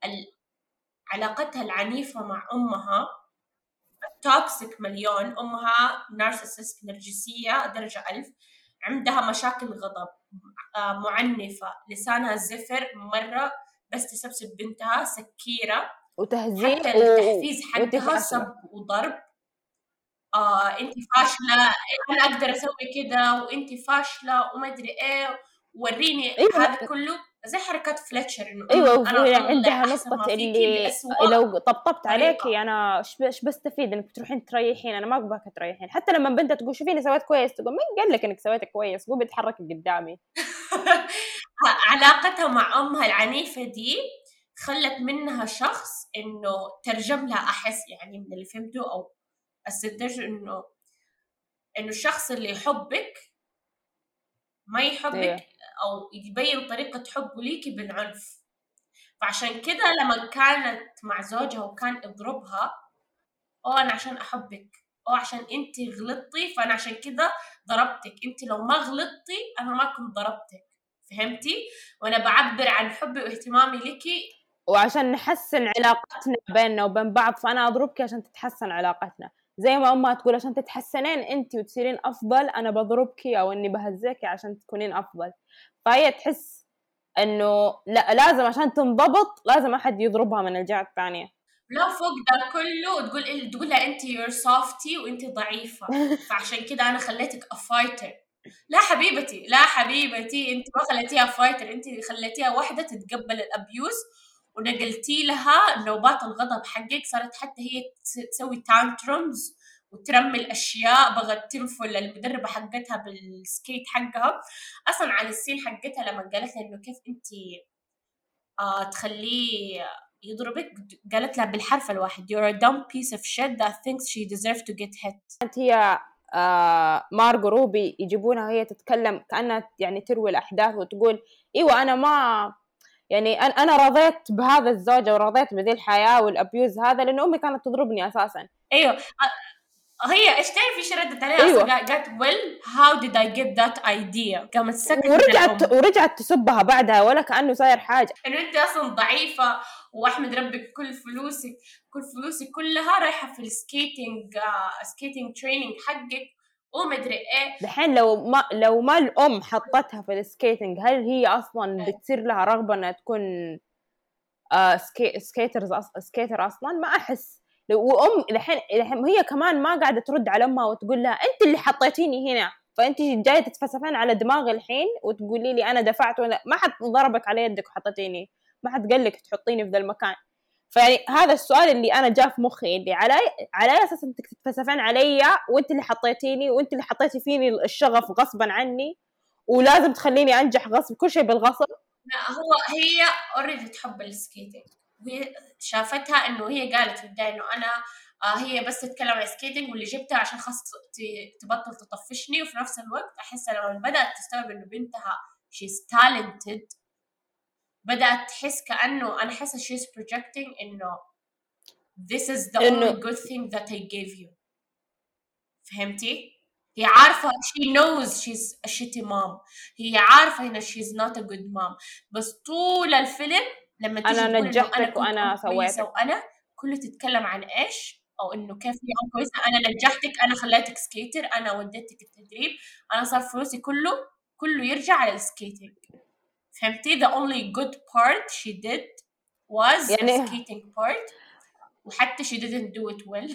علاقتها العنيفه مع امها توكسيك مليون. امها نارسيسست، نرجسيه درجه 1000، عندها مشاكل غضب، معنفه، لسانها زفر مره، بس تسبسب بنتها، سكيره، وتهزيء حتى التحفيز حقها فاشلة. سب وضرب. انت فاشله، انا اقدر اسوي كده وانت فاشله وما ادري ايه، وريني. هذا كله زي حركات فليتشر، انه انا وهي اطلع عندها احسن نقطة ما فيكي اللي بأسوأ لو طبطبت طريقة. عليكي انا ايش بستفيد انك تروحين تريحين، انا ما ابغاك تريحين. حتى لما بنتها تقول شوفيني سويت كويس، تقول مين قال لك انك سويت كويس، قومي تحركي قدامي. علاقتها مع امها العنيفه دي خلت منها شخص انه ترجم لها، احس يعني من اللي فهمته او استنتج انه الشخص اللي يحبك ما يحبك او يبين طريقه حبه ليكي بالعنف. فعشان كده لما كانت مع زوجها وكان يضربها، انا عشان احبك، عشان انت غلطتي فانا عشان كده ضربتك، انت لو ما غلطتي انا ما كنت ضربتك. فهمتي؟ وانا بعبر عن حبي واهتمامي لك، وعشان نحسن علاقتنا بيننا وبين بعض، فانا اضربك عشان تتحسن علاقتنا. زي ما امها تقول عشان تتحسنين انت وتصيرين افضل انا بضربك او اني بهزك عشان تكونين افضل. فهي تحس انه لا، لازم عشان تنضبط لازم احد يضربها من الجهه الثانيه. لا فوق ده كله تقول لها انت يور سوفتي وانت ضعيفه، فعشان كده انا خليتك افايتر. لا حبيبتي، لا حبيبتي، انت ما خليتيها فايتر، انت خليتيها واحده تتقبل الابيوز، ونقلتي لها نوبات الغضب حقك. صارت حتى هي تسوي تانترمز وترمي الاشياء، بغت تنفل المدربه حقتها بالسكيت حقها. اصلا على السين حقتها لما قالت لها انه كيف انت تخليه يضربك، قالت لها بالحرف الواحد you're a dumb piece of shit that thinks she deserves to get hit. هي مارغو روبي يجيبونها وهي تتكلم كأنها يعني تروي الأحداث وتقول ايوه انا ما يعني انا رضيت بهذا الزوج ورضيت بذي الحياه والابيوز هذا لان امي كانت تضربني اساسا. ايوه هي ايش تعرف ايش ردت عليها؟ أيوة. اصلا قالت well how did I get that idea، قامت سكتت ورجعت تسبها بعدها ولا كانه صاير حاجه، انه انت اصلا ضعيفه، واحمد ربك كل فلوسك كلها رايحه في سكيتنج تريننج حقك وما ادري ايه. دحين لو ما الام حطتها في السكيتنج، هل هي اصلا بتصير لها رغبه انها تكون سكيتر أصلا ما أحس. الحين هي كمان ما قاعدة ترد على أمها وتقول لها أنت اللي حطيتيني هنا، فأنت جاية تتفلسفين على دماغي الحين وتقولي لي أنا دفعت ولا ما حد ضربك على يدك وحطيتيني، ما حد قال لك تحطيني في ذا المكان. فيعني هذا السؤال اللي أنا جاء في مخي، اللي على أساس أنك تتفلسفين علي وأنت اللي حطيتيني وأنت اللي حطيتي فيني الشغف غصبا عني ولازم تخليني أنجح غصب، كل شيء بالغصب. لا هي اوريدي تحب السكيتنج، وهي شافتها انه هي قالت في البدايه انه انا هي بس تتكلم عن السكيتنج واللي جبتها عشان خاص تبطل تطفشني. وفي نفس الوقت احس لما بدات تستوعب انه بنتها she's talented بدات تحس كانه انا حاسه she's projecting انه this is the only good thing that I gave you. فهمتي؟ هي عارفة she knows she's a shitty mom، هي عارفة إن she's not a good mom، بس طول الفيلم لما تيجي تقول إنه أنا كنت وأنا كويسة وأنا كله تتكلم عن إيش أو إنه كيف هي كويسة، أنا نجحتك، أنا خليتك سكيتر، أنا وديتك التدريب، أنا صار فلوسي كله يرجع على السكيتنج. فهمتي؟ the only good part she did was the skating part، وحتى she didn't do it well.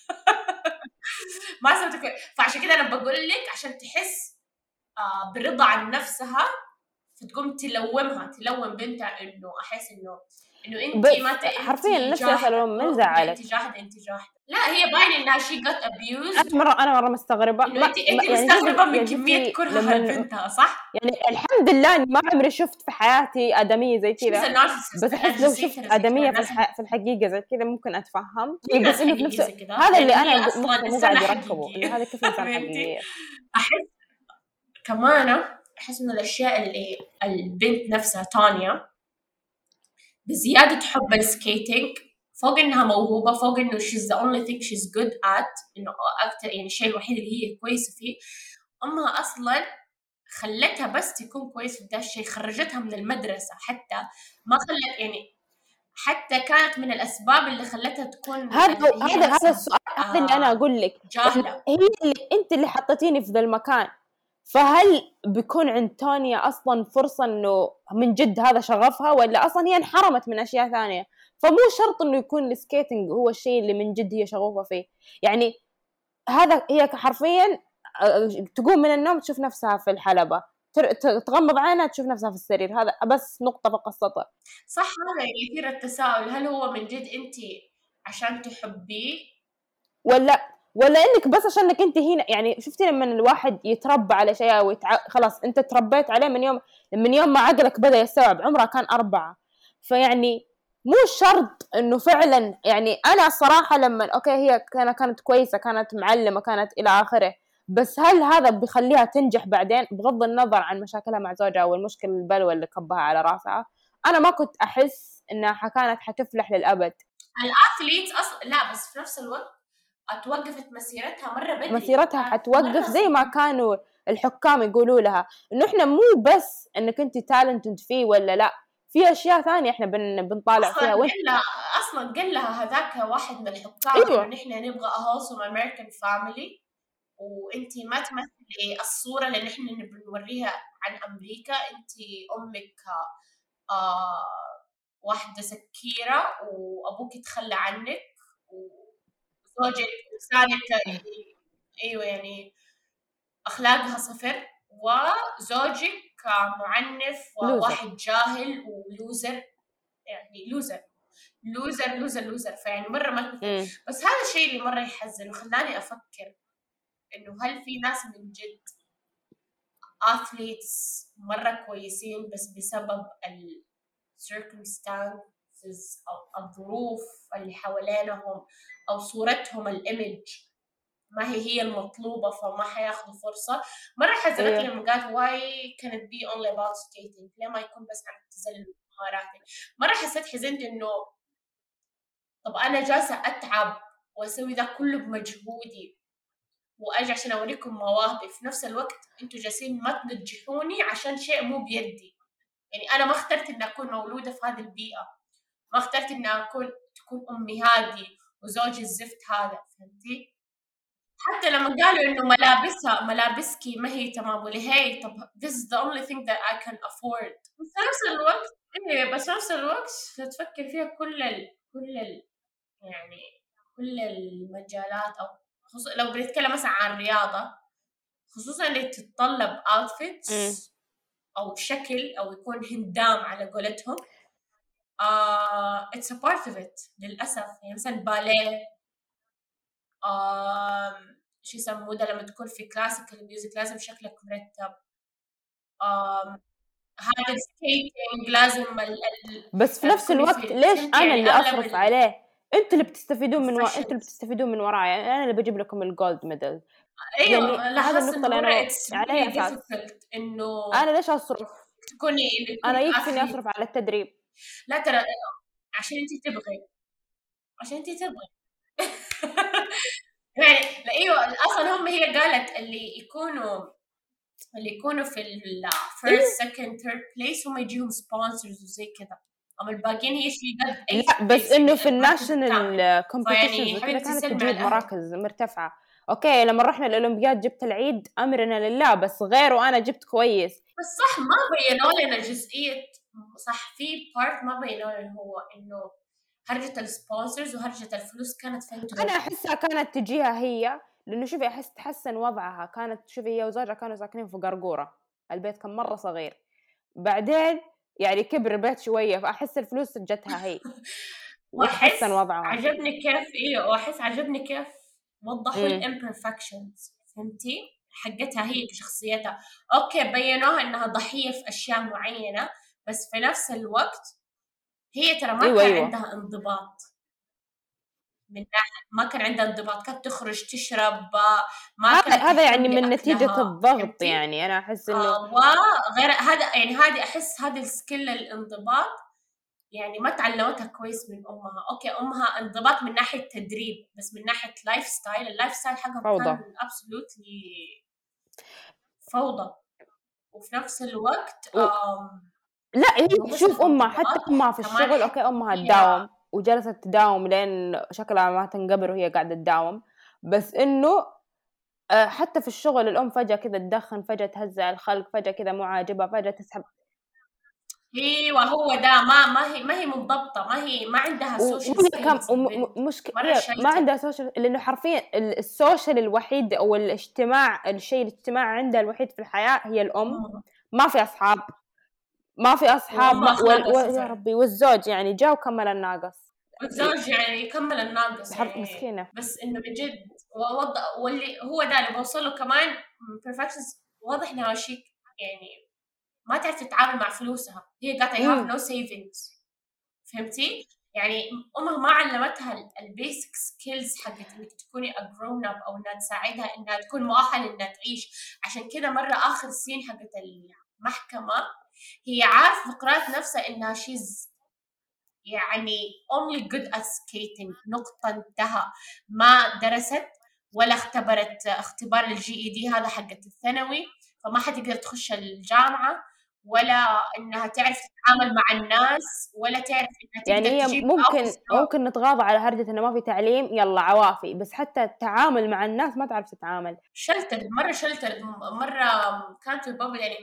ما سويت كده. فعشان كده انا بقول لك عشان تحس برضا عن نفسها، فتقوم تلوم بنتها انه احس انه انت ما حرفيا نفسي اسال من زعلك، انت جاحده. لا هي باين انها she got abused. انا مره مستغربه انه انت مستغربه من كميه كرهها لبنتها، صح؟ يعني الحمد لله اني ما عمري شفت في حياتي ادميه زي كذا، بس احس لو شفت ادميه في الحقيقه زي كذا ممكن اتفهم، بس انه في نفس هذا اللي انا مو قاعد اركبه انه هذا كيف انسان حقيقي. احس كمان احس انه الاشياء اللي البنت نفسها تانيا بزياده حب السكيتنج، فوق انها موهوبه، فوق انه she's the only thing she's good at، انه اكتر يعني الشيء الوحيد اللي هي كويسه فيه، امها اصلا خلتها بس تكون كويس في ده الشيء، خرجتها من المدرسه، حتى ما خلت يعني حتى كانت من الاسباب اللي خلتها تكون هذا السؤال هذا اللي انا اقول لك جاهله. هي اللي انت اللي حطيتيني في ذا المكان، فهل بيكون عند تونيا اصلا فرصه انه من جد هذا شغفها، ولا اصلا هي انحرمت من اشياء ثانيه؟ فمو شرط انه يكون السكيتنج هو الشيء اللي من جد هي شغوفه فيه. يعني هذا هي حرفيا تقوم من النوم تشوف نفسها في الحلبة، تغمض عينها تشوف نفسها في السرير، هذا بس نقطة فوق السطر. صح، هذا يثير التساؤل، هل هو من جد انت عشان تحبيه ولا انك بس عشانك انت هنا؟ يعني شفتي لما الواحد يتربى على شيء خلاص انت تربيت عليه من يوم ما عقلك بدأ يستوعب، عمره كان 4، فيعني مو شرط انه فعلا. يعني انا الصراحة لما اوكي هي كانت كويسة، كانت معلمة، كانت الى اخره، بس هل هذا بيخليها تنجح بعدين بغض النظر عن مشاكلها مع زوجها والمشكلة البلوى اللي كبها على راسها؟ انا ما كنت احس انها كانت حتفلح للابد. الاثليت اصلا لا، بس في نفس الوقت توقفت مسيرتها مرة بدري، مسيرتها حتوقف زي ما كانوا الحكام يقولوا لها انه احنا مو بس انك انت تالنتد فيه ولا لا، في اشياء ثانيه احنا بنطالع فيها. اصلا قال لها هذاك واحد من الحكام انه نحن نبغى اهوسم امريكان فاميلي، وانت ما تمثلي الصوره اللي نحن بنوريها عن امريكا، انت امك واحده سكيره وابوك يتخلى عنك وزوجك لسانك ايوه يعني اخلاقها صفر، وزوجك معنف وواحد جاهل ولوزر، يعني لوزر. فيعني مرة ما بس هذا الشيء اللي مرة يحزن وخلاني أفكر إنه هل في ناس من جد athletes مرة كويسين بس بسبب circumstances أو الظروف اللي حوالينهم أو صورتهم الإيمج ما هي المطلوبة، فما حياخدوا فرصة. مرة حزنتني لما قالت why can it be only about skating، ليه ما يكون بس عن التزلج مهاراتي. مرة حزنت إنه طب أنا جالسة أتعب وأسوي ده كله بمجهودي وأجي عشان أوريكم مواهبي، في نفس الوقت أنتوا جالسين ما تنجحوني عشان شيء مو بيدي. يعني أنا ما اخترت إني أكون مولودة في هذه البيئة، ما اخترت إني تكون أمي هذه وزوجي الزفت هذا، فهمتي؟ حتى لما قالوا إنه ملابسها ملابسكي ما هي تمام، ولي هي طب this is the only thing that I can afford. بس في نفس الوقت إيه، بس في نفس الوقت تفكر فيها يعني كل المجالات، أو خصوصا لو بنتكلم مثلا عن رياضة، خصوصا اللي تتطلب outfits أو شكل أو يكون هندام على قولتهم. it's a part of it للأسف. يعني مثلا باليه، شو يسموه ده لما تكون في كلاسيكال ميوزك لازم شكلك مرتب. هذا السكيتنج لازم بس في لما نفس تكوني الوقت في ليش فهمت انا يعني اللي اغلب اصرف عليه؟ انتوا اللي بتستفيدون انتوا اللي الفاشنز. بتستفيدون من وراي، يعني انا اللي بجيب لكم الجولد ميدل. ايوه يعني هذا لاحظت النقطة انه اللي مرة انا it's على اي really اساس difficult انه انا ليش اصرف؟ تكوني انه يكون انا يكفي اني اثليت. اصرف على التدريب. لا ترى عشان انت تبغي، عشان انت تبغي. يعني لا ايوه اصلا هم هي قالت اللي يكونوا في ال first second third place هم يجيهم sponsors وزي كذا، اما الباقيين هي شي قد 8th لا بس place انه يعني في المركز الثامن. الناشونال كومبيتيشنز فيعني وكذا حبيبتي كانت سلمي على تجيب الاهل. مراكز مرتفعة. اوكي لما رحنا الاولمبياد جبت العيد امرنا لله، بس غيره انا جبت كويس. بس صح ما بينوا لنا جزئية، صح في بارت ما بينوا لنا هو انه هرجة السبونسرز وهرجة الفلوس كانت فين انا تروح. احسها كانت تجيها هي، لانه شوفي احس تحسن وضعها. كانت شوفي هي وزوجها كانوا ساكنين في قرقورة، البيت كان مرة صغير، بعدين يعني كبر البيت شوية، فاحس الفلوس جتها هي وتحسن واحس وضعهم. عجبني كيف واحس عجبني كيف وضحوا امم الامبرفكشنز، فهمتي حقتها هي بشخصيتها. اوكي بينوها انها ضحية في اشياء معينة، بس في نفس الوقت هي ترى ما ايوه كان ايوه، عندها انضباط من ناحية، ما كان عندها انضباط، كانت تخرج تشرب، ما كانت هذا تهتم يعني من نتيجة لأكلها، الضغط. فهمتي. يعني انا احس انه وغير هذا يعني هذه أحس هذه السكيل الانضباط يعني ما تعلمتها كويس من أمها. أوكي أمها انضباط من ناحية تدريب، بس من ناحية اللايف ستايل حقهم فوضى. كان absolutely فوضى. وفي نفس الوقت لا هي مو بس شوف امها، الانضباط حتى امها في كمان الشغل حتى اوكي امها هي تداوم وجلست تداوم لين شكلها ما تنقبر وهي قاعده تداوم، بس انه حتى في الشغل الام فجاه كذا تدخن، فجاه تهزأ الخلق، فجاه كذا مو عاجبها، فجاه تسحب. ايوه هو ده ما هي منضبطه، ما عندها سوشيال وهي كم سكيلز البنت، مشكلة مره هي ما شلتت. عندها سوشيال، لانه حرفيا السوشيال الوحيد او الاجتماع، الشيء الاجتماعي عندها الوحيد في الحياه هي الام. ما في اصحاب، ما في اصحاب، وامها اخلاقها يا صفر، ربي، والزوج يعني جاء وكمل الناقص. والزوج يعني يكمل الناقص يعني. مسكينه. بس انه بجد واللي هو ده اللي بوصله كمان perfections، واضح انها شيء يعني ما تعرف تتعامل مع فلوسها، هي قاعده you have امم no savings، فهمتي. يعني امها ما علمتها البيسك سكيلز حقت انك تكوني a grown up او انها تساعدها انها تكون مؤهله انها تعيش. عشان كده مره اخر سين حقت المحكمه هي عارفه فقرات نفسها انها شيز يعني only good at skating نقطه انتهى. ما درست ولا اختبرت اختبار الجي اي دي هذا حقت الثانوي، فما حتقدر تخش الجامعه، ولا انها تعرف تتعامل مع الناس، ولا تعرف انها يعني تقدر هي تجيب ممكن اوفيس جوب. نتغاضى على هرجة انه ما في تعليم، يلا عوافي، بس حتى التعامل مع الناس ما تعرف تتعامل. شلتر مرة شلتر مرة كانت البابل يعني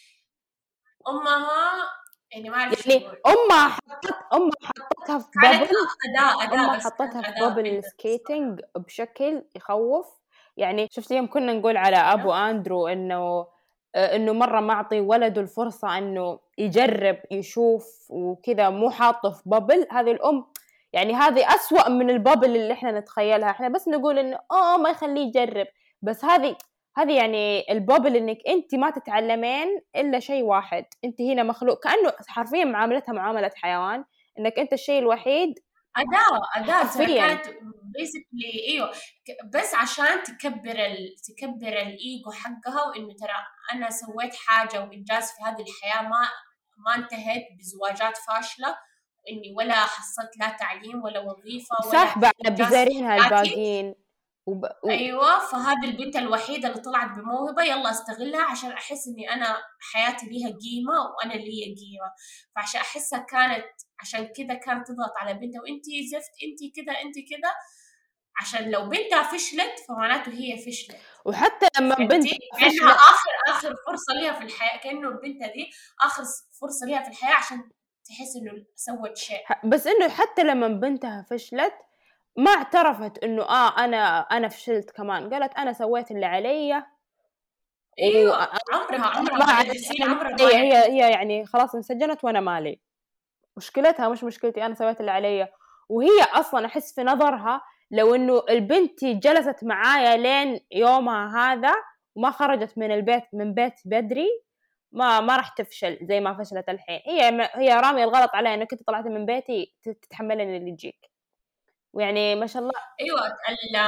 أمها يعني ما أعرف شو يعني أقول. امها حطتها في كانت بابل. أداة امها بس حطتها كانت في أداة بابل عندها السكيتنج بشكل يخوف. يعني شفت يوم كنا نقول على ابو اندرو انه مره معطي ولده الفرصه انه يجرب يشوف وكذا، مو حاطه في بابل. هذه الام يعني هذه أسوأ من البابل اللي احنا نتخيلها. احنا بس نقول انه ما يخليه يجرب، بس هذه يعني البابل انك انت ما تتعلمين الا شيء واحد. انت هنا مخلوق كانه حرفيا معاملتها معامله حيوان، انك انت الشيء الوحيد أداة ترى حرفيا. كانت بيسكلي أيوه. بس عشان تكبر الإيجو حقها، وإنه ترى أنا سويت حاجة وإنجاز في هذه الحياة، ما انتهيت بزواجات فاشلة، وإني ولا حصلت لا تعليم ولا وظيفة ولا ساحبة على إنجاز في بزارينها حياتي. الباقين ايوه فهذه البنت الوحيده اللي طلعت بموهبه، يلا استغلها عشان احس اني انا حياتي ليها قيمه وانا لي قيمه. فعشان احسها كانت عشان كذا كانت تضغط على بنتها، وانتي زفت، انتي كذا انتي كذا. عشان لو بنتها فشلت فمعناته هي فشلت. وحتى لما بنت كأنها آخر فرصة ليها في الحياة، كأنه البنت دي آخر فرصة ليها في الحياة عشان تحس إنه سوت شيء. بس إنه حتى لما بنتها فشلت ما اعترفت إنه أنا فشلت كمان، قالت أنا سويت اللي علي. ايوه عمرها ما النرجسيين عمرها ما هي يعني خلاص انسجنت وانا مالي، مشكلتها مش مشكلتي، انا سويت اللي علي. وهي اصلا احس في نظرها لو انه البنت جلست معايا لين يومها هذا وما خرجت من البيت من بيت بدري ما راح تفشل زي ما فشلت الحين. هي رامية الغلط عليها انك انت طلعتي من بيتي تتحملين اللي يجيك، ويعني ما شاء الله. ايوه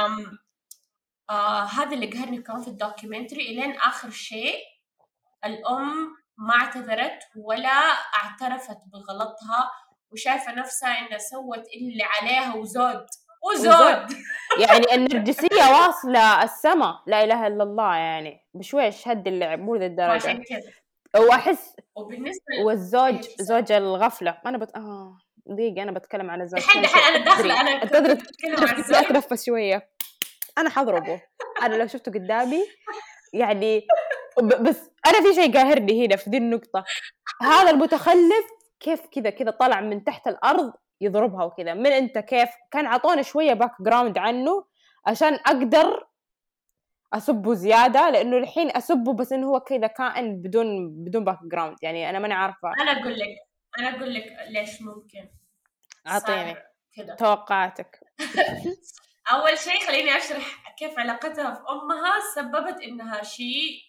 هذا اللي قهرني كمان في الدوكيومنتري، الين اخر شيء الام ما اعتذرت ولا اعترفت بغلطها، وشايفه نفسها انها سوت اللي عليها وزود يعني النرجسيه واصله السما، لا اله الا الله، يعني بشويش هد اللعب مو ذا الدرجه. عشان كذا واحس وبالنسبه والزوج زوج الغفله، انا دقيقه انا بتكلم عن الزوج. دحين انا داخله، انا بتكلم عن الزوج. اتنفس شويه، انا حضربه انا لو شفته قدامي يعني. بس انا في شيء قاهرني هنا في ذي النقطه، هذا المتخلف كيف كذا طلع من تحت الارض يضربها وكذا. من انت كيف كان عطوني شويه باك جراوند عنه عشان اقدر اسبه زياده، لانه الحين اسبه بس انه هو كذا كائن بدون باك جراوند، يعني انا ماني عارفه. انا اقول لك ليش ممكن. اعطيني كده توقعاتك. اول شيء خليني اشرح كيف علاقتها في امها سببت انها شيء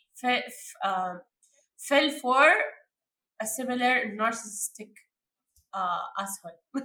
fell for a similar narcissistic asshole.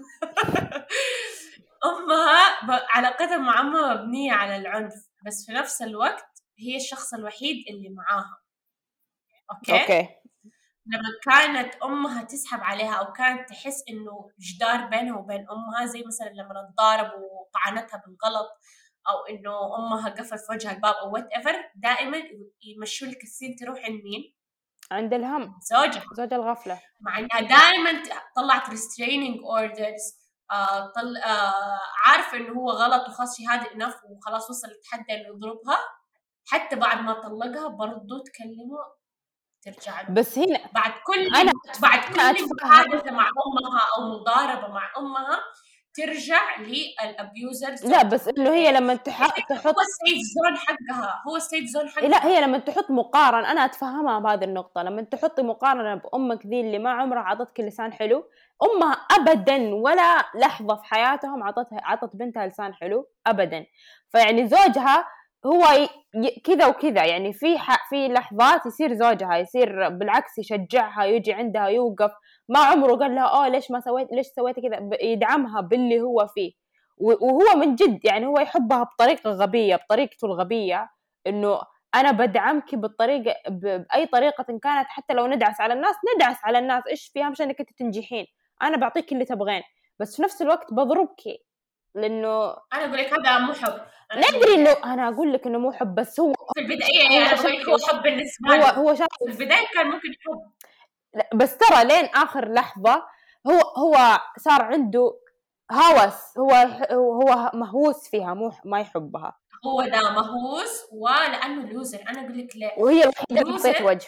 امها علاقتها مع امها مبنيه على العنف، بس في نفس الوقت هي الشخص الوحيد اللي معاها. اوكي لما كانت امها تسحب عليها او كانت تحس انه جدار بينها وبين امها، زي مثلا لما تضارب وطعنتها بالغلط، او انه امها قفلت في وجهها الباب او وات ايفر، دائما يمشوا لك السين تروح عند مين؟ عند الهم، زوج الغفله، مع انها دائما طلعت restraining orders، عارفه انه هو غلط وخلاص شهاده انف وخلاص وصل للتحدي انه يضربها، حتى بعد ما طلقها برضو تكلمه ترجع له. بس هنا بعد كل محادثه مع امها او مضاربه مع امها ترجع للابيوزرز. لا بس انه هي لما تحط هو السيف زون حقها، هو السيف زون حقها. لا هي لما تحط مقارنه، انا اتفهمها بهذه النقطه، لما تحطي مقارنه بامك ذي اللي ما عمرها عطتك لسان حلو، امها ابدا ولا لحظه في حياتهم عطت بنتها لسان حلو ابدا. فيعني زوجها هو كذا وكذا، يعني في لحظات يصير زوجها يصير بالعكس يشجعها، يجي عندها يوقف، ما عمره قال لها ليش ما سويت، ليش سويتي كذا، يدعمها باللي هو فيه. وهو من جد يعني هو يحبها بطريقه غبيه، بطريقته الغبيه، انه انا بدعمك بالطريقه باي طريقه كانت، حتى لو ندعس على الناس ايش في، اهم شيء انك انت تنجحين، انا بعطيك اللي تبغين، بس في نفس الوقت بضربك، لانه انا اقول لك هذا مو حب. ندري انه انا اقول لك انه مو حب، بس هو في البدايه يعني انا بقول لك هو حب بالنسبه له، هو شايف في البدايه كان ممكن حب، بس ترى لين اخر لحظه هو صار عنده هوس، هو مهووس فيها، مو ما يحبها، هو ده مهووس ولانه لوزر. انا اقول لك ليه، وهي الوحيده اللي اعطيت وجه،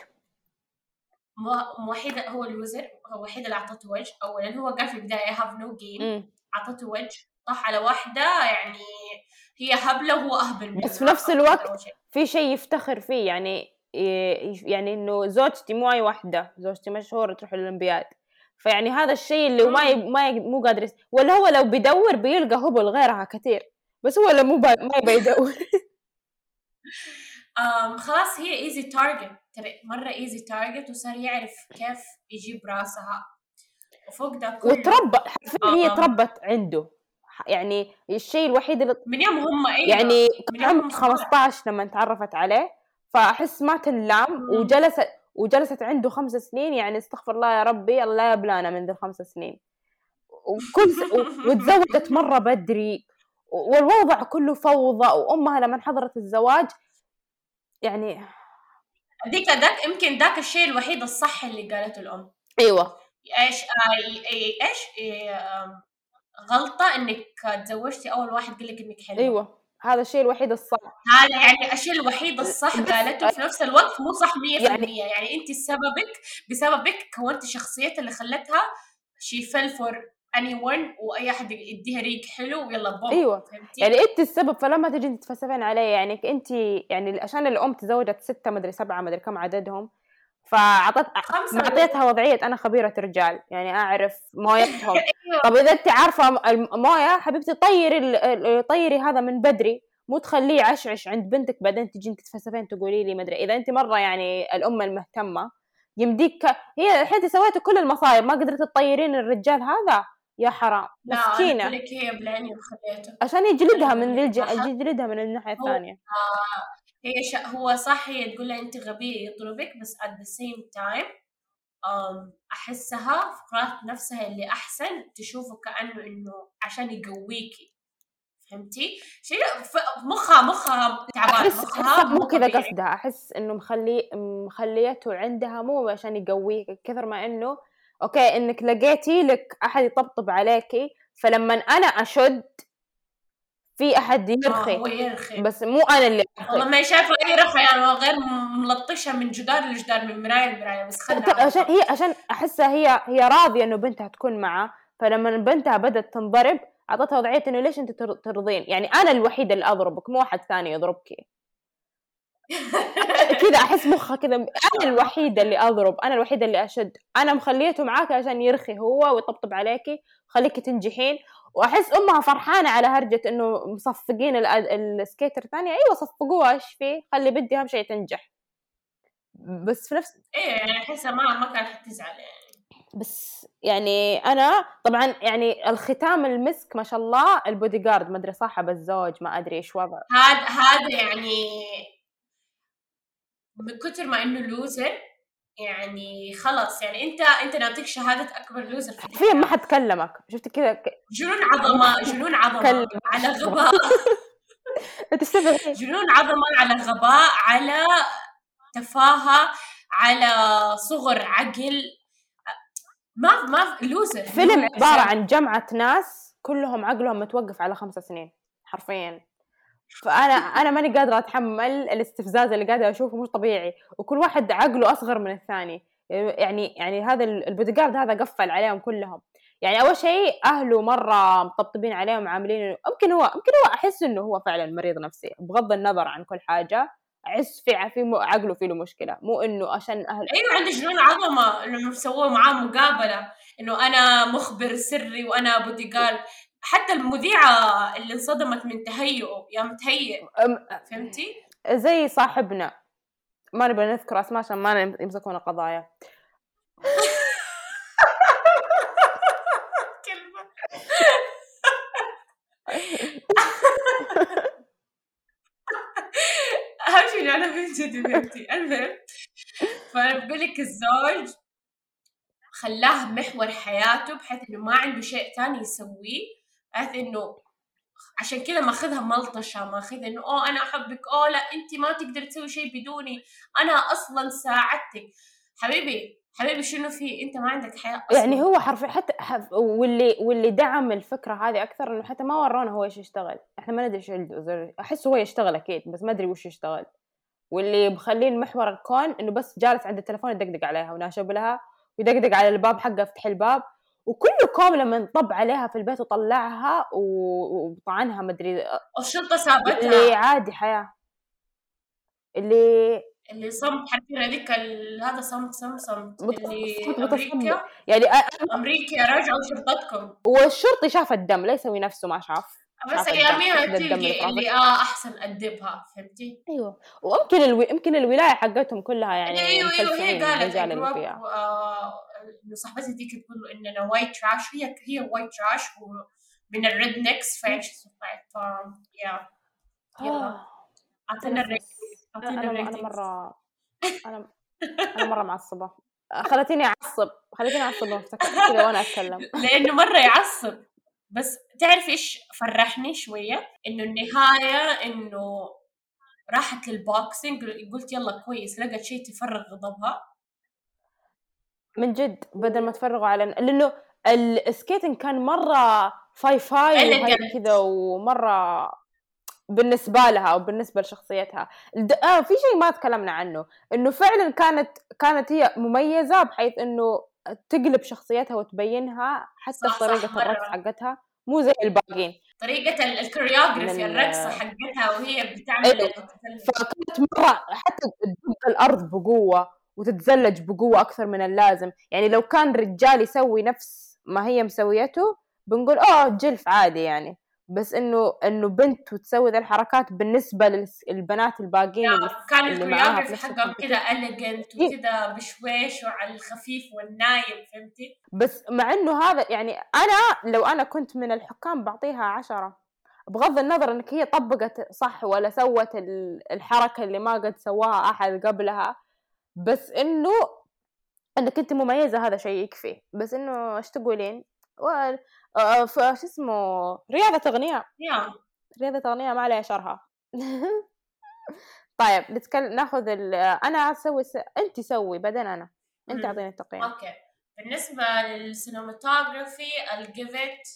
وحيدة هو اللوزر، هو الوحيد اللي اعطته وجه. اولا هو قال في البدايه هاف نو جيم، اعطته وجه، طاح على واحده يعني هي هبله وهو اهبل منها، بس في نفس الوقت في شيء يفتخر فيه، يعني انه زوجتي مو اي واحده، زوجتي مشهوره تروح الاولمبياد، فيعني هذا الشيء اللي مو قادر ولا هو لو بيدور بيلقى هبل غيرها كثير، بس هو لو ما يبي يدور. خلاص هي ايزي تارجت، مره ايزي تارجت، وصار يعرف كيف يجيب راسها، وفوق ده كله وتربى هي تربت عنده، يعني الشيء الوحيد اللي من يوم هم يعني كان عمرها 15 لما تعرفت عليه، فأحس ما تنلام، وجلست عنده 5 سنين، يعني استغفر الله يا ربي، الله لا يبلانا من ذي 5 سنين، وتزوجت مرة بدري، والوضع كله فوضى، وأمها لما حضرت الزواج يعني ذاك يمكن ذاك الشيء الوحيد الصح اللي قالته الأم. ايوه ايش غلطة إنك تزوجتي أول واحد قال لك إنك حلوة. أيوة هذا الشيء الوحيد الصح. هذا يعني الشيء الوحيد الصح بس قالته، في نفس الوقت مو صح 100%. يعني يعني أنت بسببك كونت شخصيتها اللي خلتها she fell for anyone، وأي أحد يديها ريق حلو ويلا بوم. أيوة فهمتي؟ يعني أنت السبب، فلما تجي تتفلسفين علي يعني أنت يعني عشان الأم تزوجت 6 مدري 7 مدري كم عددهم، فعطت 5 معطيتها وضعية أنا خبيرة رجال يعني أعرف مويتهم. أيوة. طب إذا أنت عارفة موية حبيبتي طيري هذا من بدري، مو تخليه عشعش عند بنتك بعدين تجين تتفلسفين تقولي لي مدري. إذا أنت مرة يعني الأم المهتمة يمديك، هي الحين سويتوا كل المصايب ما قدرت تطيرين الرجال هذا، يا حرام لا أنا أقول مسكينة لك هي بالعين وخليته. عشان أنا يجلدها أقول من لك لاحظت يجلدها من الناحية هو الثانية. هو صح، هي تقول لها أنت غبية يضربك، بس at the same time أحسها فكرات نفسها اللي أحسن تشوفه كأنه إنه عشان يقويكي. فهمتي؟ شيء مخها تعبان، أحس مخها مو مو كذا طبيعي. قصدها، أحس إنه مخليته عندها مو عشان يقويك كثر ما إنه أوكي إنك لقيتي لك أحد يطبطب عليكي، فلما أنا أشد في أحد يرخي هو يرخي. بس مو أنا اللي والله أرخي. ما شايفة أي رخي، يعني غير ملطشة من جدار لجدار، من مراية لمراية، بس خلها على عشان الله. عشان أحسها هي راضية إنه بنتها تكون معه، فلما بنتها بدأت تنضرب أعطتها وضعية إنه ليش أنت ترضين، يعني أنا الوحيدة اللي أضربك مو أحد ثاني يضربك. كذا احس مخها كذا انا الوحيده اللي اضرب، انا الوحيده اللي اشد، انا مخليته معاك عشان يرخي هو ويطبطب عليكي وخليكي تنجحين. واحس امها فرحانه على هرجه انه مصفقين السكيتر الثانيه، ايوه صفقوها ايش فيه، خلي بدي اهم شيء تنجح. بس في نفس إيه يعني أحسها ما كانت حتزعل يعني. بس يعني انا طبعا يعني الختام المسك ما شاء الله البودي جارد، ما ادري صاحب الزوج ما ادري ايش وضع هذا يعني من كتر ما إنه لوزر، يعني خلاص، يعني أنت ناطيك شهادة أكبر لوزر في حرفيا ما الحياة. حد كلمك، شفت كذا جنون عظمة كلم على غباء. تستفر جنون عظمة على غباء، على تفاهة، على صغر عقل. ما لوزر فيلم عبارة عن جمعة ناس كلهم عقلهم متوقف على 5 سنين حرفيا. فأنا ماني قادرة أتحمل الاستفزاز اللي قاعدة أشوفه، مش طبيعي، وكل واحد عقله أصغر من الثاني. يعني هذا البوديجارد هذا قفل عليهم كلهم. يعني أول شيء أهله مرة مطبطبين عليهم عاملين، يمكن هو أحس إنه هو فعلا مريض نفسي بغض النظر عن كل حاجة. أحس في عقله فيه له مشكلة، مو إنه عشان أهل. ايوه عنده جنون عظمه، لما سووا معاه مقابله انه انا مخبر سري وانا بودي جارد. حتى المذيعه اللي انصدمت من تهيئه، يا متهيئ. فهمتي؟ زي صاحبنا ما نبغى نذكر اسماء عشان ما يمسكون القضايا. كلمه. اهم شيء انا فهمتي. المهم، فانا بقول لك الزوج خلاه محور حياته، بحيث انه ما عنده شيء ثاني يسويه، بحيث انه عشان كذا ماخذها ملطشه، ماخذها انه انا احبك، لا انت ما تقدر تسوي شيء بدوني، انا اصلا ساعدتك. حبيبي شنو في، انت ما عندك حياه اصلا. يعني هو حرفيا حتى واللي دعم الفكره هذه اكثر انه حتى ما ورونا هو ايش يشتغل، احنا ما ندري ايش احس هو يشتغل اكيد بس ما ادري وش يشتغل. واللي مخليه المحور الكون انه بس جالس عند التليفون يدقدق عليها وناشب لها ويدقدق على الباب حقه افتح الباب، وكله كوم لما انطب عليها في البيت وطلعها وطعنها ما ادري. الشرطه سابتها. اللي عادي حياه اللي صمت حرفيا هذيك هذا صمت اللي امريكا يعني امريكا رجعوا شرطتكم. والشرطي شاف الدم لا يسوي نفسه ما شاف. بس اياميها تلقي اللي احسن ادبها. فهمتي؟ ايوه ويمكن يمكن الولايه حقتهم كلها يعني ايوه هي قالت انه صاحبتي دي تقول له اننا وايت تراش، هي وايت تراش ومن الريد نكس، فايش يا يلا اعطينا الريتنج. انا مره انا مره معصبه، خلتيني اعصب وافتكرت كذا وانا اتكلم. لانه مره يعصب. بس تعرف ايش فرحني شويه؟ انه النهايه انه راحت للبوكسينج، قلت يلا كويس، لقت شيء تفرغ غضبها من جد بدل ما تفرغوا على لانه السكيتنج كان مره فاي وهي elegant. كذا ومرة بالنسبة لها أو بالنسبة لشخصيتها. في شيء ما تكلمنا عنه، إنه فعلا كانت هي مميزة بحيث إنه تقلب شخصيتها وتبينها حتى في صح طريقة الرقص مرة حقتها مو زي الباقين طريقة من الكوريوغرافي الرقصة حقتها وهي بتعمل أيوة. التزلج. فكانت مرة حتى تدق الأرض بقوة وتتزلج بقوة أكثر من اللازم. يعني لو كان رجال يسوي نفس ما هي مسويته بنقول جلف عادي يعني، بس إنه بنت وتسوي ذي الحركات بالنسبة للبنات الباقيين كان اللي معاها في الكوريوغرافي نفس حقهم كده الكومبيتيشن. elegant وكده بشويش وعلى الخفيف والنايم، فهمتي؟ بس مع إنه هذا يعني أنا لو أنا كنت من الحكام بعطيها 10 بغض النظر إنك هي طبقت صح ولا سوت الحركة اللي ما قد سواها أحد قبلها، بس انك انت مميزه هذا شيء يكفي. بس انه ايش تقولين شو اسمه رياضه اغنياء ما عليها شرها. طيب نتكلم ناخذ انا اسوي انت سوي بعدين انت اعطيني التقييم. اوكي بالنسبه للسينماتوجرافي I'll give it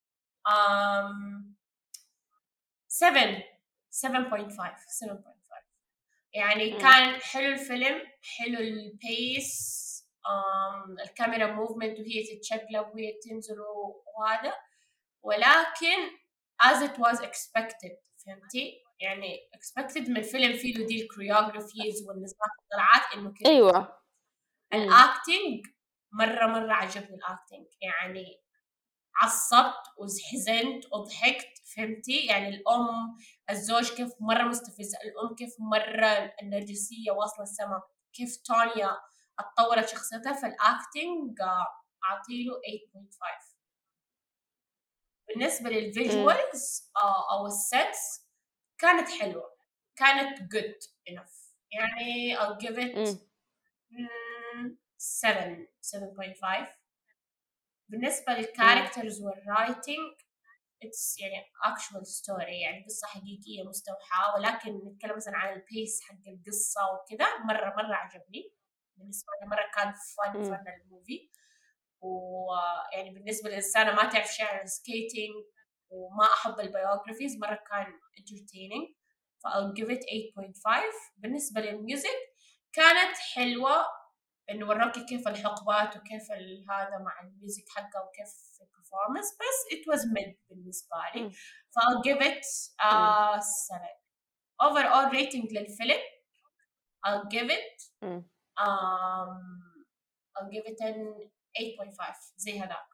7.5 يعني كان حلو الفيلم، حلو البيس، الكاميرا موفمنت وهي تتشقلب وهي تنزل وهذا، ولكن as it was expected، فهمتي؟ يعني expected من فيلم فيه له دي الكوريوغرافيز والنزلات والطلعات انه كده. ايوه الاكتنج مرة عجبني الاكتنج، يعني عصبت وحزنت وضحكت، فهمتي؟ يعني الام الزوج كيف مرة مستفزة، الام كيف مرة النرجسية واصلة السما، كيف تونيا اتطورت شخصيتها. فالاكتنج اعطيله 8.5. بالنسبة للفيجوالز أو السيتس كانت حلوة، كانت good enough، يعني I'll give it 7.5. بالنسبة للكاركترز والرايتنج it's يعني actual story، يعني قصة حقيقية مستوحاة، ولكن نتكلم مثلا عن البيس حق القصة وكذا مرة عجبني بالنسبة لي، مرة كان فن الموفي. ويعني بالنسبة للإنسانة ما تعرف شيء عن السكيتينج وما أحب البيوغرافيز مرة كان entertaining، فأi'll give it 8.5. بالنسبة للميوزك كانت حلوة، إنه وراكي كيف الحقبات وكيف هذا مع الميوزك حقه وكيف البرفورمانس، بس it was mid بالنسبة لي، فأ'll give it 7. overall rating للفيلم I'll give it an 8.5 زي هذاك.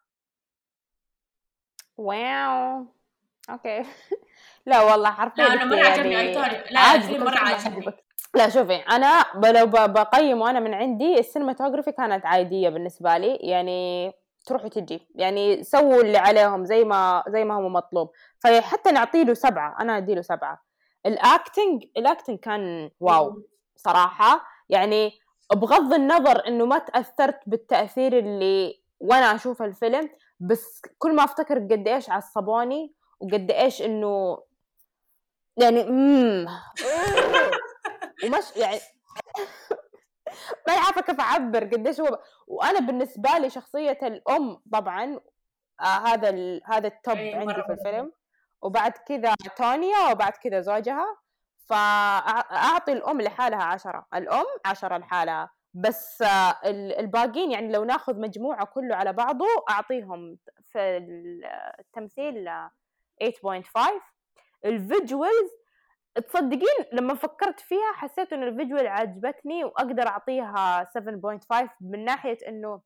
واو اوكي. لا والله حرفيا لا انا مرة عجبني يعني لا الفيلم مرة عجبني. لا شوفي انا لو بقيم وانا من عندي السينماتوجرافي كانت عادية بالنسبة لي، يعني تروح وتجي، يعني سووا اللي عليهم زي ما هو مطلوب، فحتى نعطيله 7، انا اديله 7. الاكتنج كان واو صراحة، يعني بغض النظر انه ما تأثرت بالتأثير اللي وانا اشوف الفيلم، بس كل ما افتكر قد ايش عصبوني وقد ايش انه يعني ومش يعني ما عارفه كيف اعبر قديش هو. وانا بالنسبه لي شخصيه الام طبعا هذا التوب عندي في الفيلم، وبعد كذا تونيا، وبعد كذا زوجها، فاعطي الام لحالها 10، الام 10 لحالها. بس الباقين يعني لو ناخذ مجموعه كله على بعضه اعطيهم في التمثيل 8.5. الفيجوالز تصدقين لما فكرت فيها حسيت انه الفيجوال عجبتني واقدر اعطيها 7.5 من ناحيه انه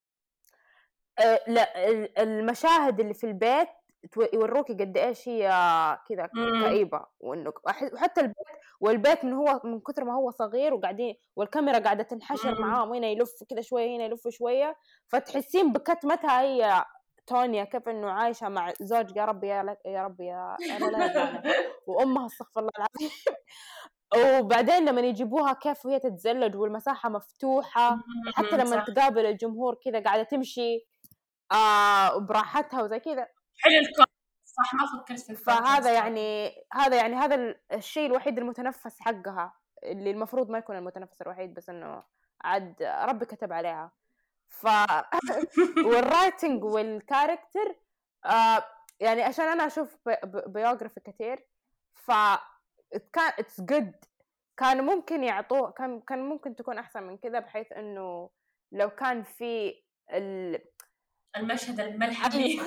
لا المشاهد اللي في البيت يوروكي قد ايش هي كذا كئيبه، وانه حتى البيت من كثر ما هو صغير وقاعدين والكاميرا قاعده تنحشر معاهم، هنا يلف كذا شويه هنا يلف شويه، فتحسين بكتمتها هي تونيا كيف انه عايشه مع زوج يا رب يا رب يا انا لا يبغانا وامها استغفر الله العظيم. وبعدين لما يجيبوها كيف وهي تتزلج والمساحه مفتوحه، وحتى لما تقابل الجمهور كذا قاعده تمشي براحتها وزي كذا. حلو الكون صح، ما فكرت في الكون. فهذا يعني هذا الشيء الوحيد المتنفس حقها اللي المفروض ما يكون المتنفس الوحيد، بس انه عاد ربي كتب عليها. والرايتنج والكاركتر يعني عشان أنا أشوف بيوغرافي كتير، كان it's good. كان ممكن يعطوه، كان ممكن تكون أحسن من كذا، بحيث إنه لو كان في المشهد الملحمي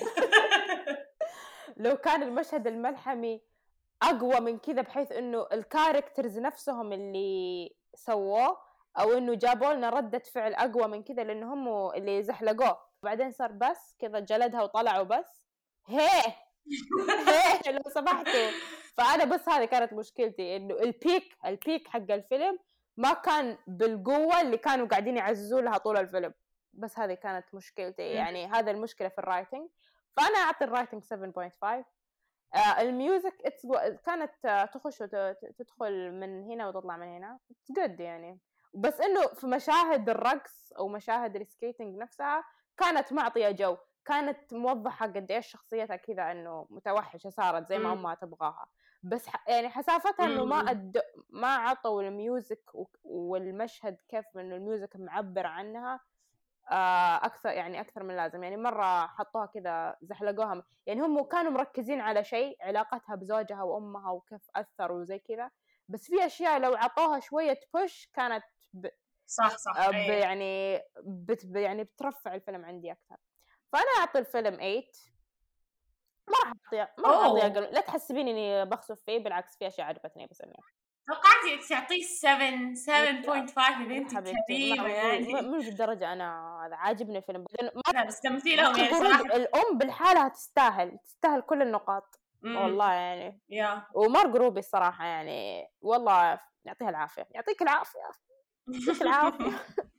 لو كان المشهد الملحمي أقوى من كذا، بحيث إنه الكاركترز نفسهم اللي سووه، أو إنه جابوا لنا ردة فعل أقوى من كذا، لأنه هم اللي زحلقوه. بعدين صار بس كذا جلدها وطلعوا بس هي لو سمحتوا. فأنا بس هذه كانت مشكلتي، إنه البيك حق الفيلم ما كان بالقوة اللي كانوا قاعدين يعززوا لها طول الفيلم. بس هذه كانت مشكلتي، يعني هذا المشكلة في الرايتنج. فأنا أعطي الرايتنج 7.5. الميوزك كانت تخش وتدخل من هنا وتطلع من هنا، it's good يعني. بس إنه في مشاهد الرقص أو مشاهد السكيتنج نفسها كانت معطية جو، كانت موضحة قد إيش شخصيتها كذا إنه متوحشة صارت زي ما أمها تبغاها. بس يعني حسافتها إنه ما عطوا الميوزك والمشهد كيف إنه الميوزك معبر عنها أكثر، يعني أكثر من لازم. يعني مرة حطوها كذا زحلقوها، يعني هم كانوا مركزين على شيء علاقتها بزوجها وأمها وكيف أثر وزي كذا، بس في أشياء لو عطوها شوية بوش كانت صح يعني يعني بترفع الفيلم عندي أكثر. فأنا أعطي الفيلم 8. ما راح أعطيه أقل. لا تحسبيني إني بخسف فيه، بالعكس في أشياء عجبتني بس إني توقعتي تعطيه 7.5 يا بنتي كريمة يعني. مش بالدرجة. أنا هذا عاجبني الفيلم، لا بس تمثيلهم يعني صراحة الأم بالحالة تستاهل كل النقاط والله يعني. ومارغو روبي الصراحة يعني والله يعطيها العافية، يعطيك العافية يعطيك العافية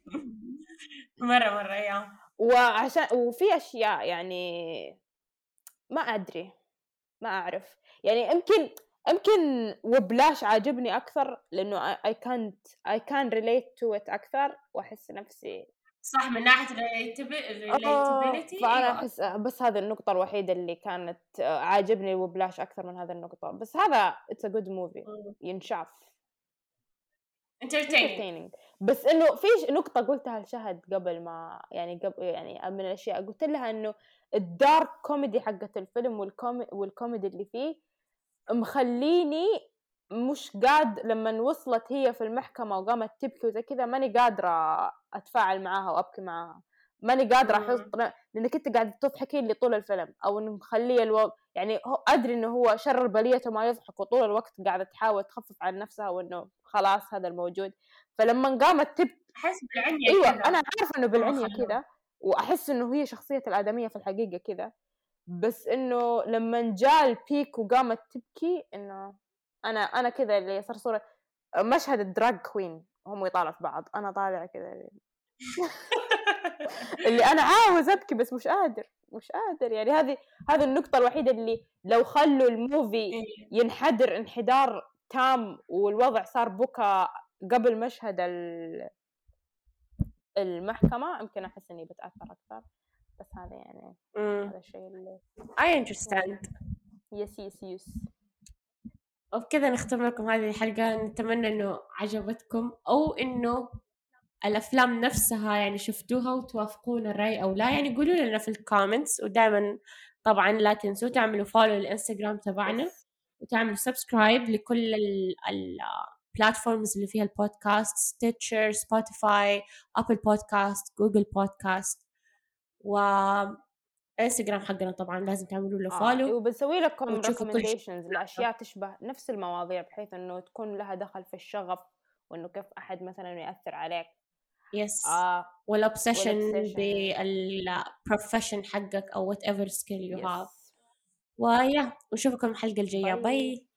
مرة يا وعشان وفي أشياء يعني ما أدري، ما أعرف يعني. يمكن وبلاش عاجبني أكثر لأنه I can relate to it أكثر، وأحس نفسي صح من ناحية relatability. فأنا أحس بس هذه النقطة الوحيدة اللي كانت عاجبني وبلاش أكثر من هذا النقطة. بس هذا it's a good movie ينشاف entertaining. بس إنه في نقطة قلتها لشهد قبل ما يعني من الأشياء قلت لها إنه الدارك كوميدي حقة الفيلم والكوميدي اللي فيه مخليني مش قاد لما وصلت هي في المحكمة وقامت تبكي وزي كذا ماني قادرة أتفاعل معاها وأبكي معاها، ماني قادرة أحس لأنك أنت قاعدة تضحكين لي طول الفيلم، أو إنه مخليه يعني أدري إنه هو شر البلية ما يضحك وطول الوقت قاعدة تحاول تخفف عن نفسها وإنه خلاص هذا الموجود. فلما قامت تبكي أحس بالعنية أيوة كدا. أنا عارفة إنه بالعنية كذا، وأحس إنه هي شخصية الآدمية في الحقيقة كذا. بس إنه لما جاء البيك وقامت تبكي إنه أنا كذا اللي صار صورة مشهد الدراج كوين هم يطالعوا في بعض، أنا طالعة كذا اللي أنا عاوز أبكي بس مش قادر يعني. هذه النقطة الوحيدة اللي لو خلوا الموفي ينحدر انحدار تام والوضع صار بكى قبل مشهد المحكمة يمكن أحس إني بتأثر أكثر. بس هذا يعني هذا الشيء اللي I understand. yes. وبكذا نختم لكم هذه الحلقة. نتمنى إنه عجبتكم أو إنه الأفلام نفسها يعني شفتوها وتوافقون الرأي أو لا، يعني قولوا لنا في الكومنتس. ودائما طبعا لا تنسوا تعملوا فولو للإنستغرام تبعنا وتعملوا سبسكرايب لكل البلاتفورمز اللي فيها البودكاست: ستيتشر، سبوتيفاي، أبل بودكاست، جوجل بودكاست، وإنستغرام حقنا طبعا لازم تعملوا له فولو. وبنسوي لكم ريكومنديشنز لأشياء تشبه نفس المواضيع بحيث إنه تكون لها دخل في الشغف وإنه كيف أحد مثلا يأثر عليك. والobsession بالprofession حقك أو whatever skill you have. ونشوفكم الحلقة الجاية. باي.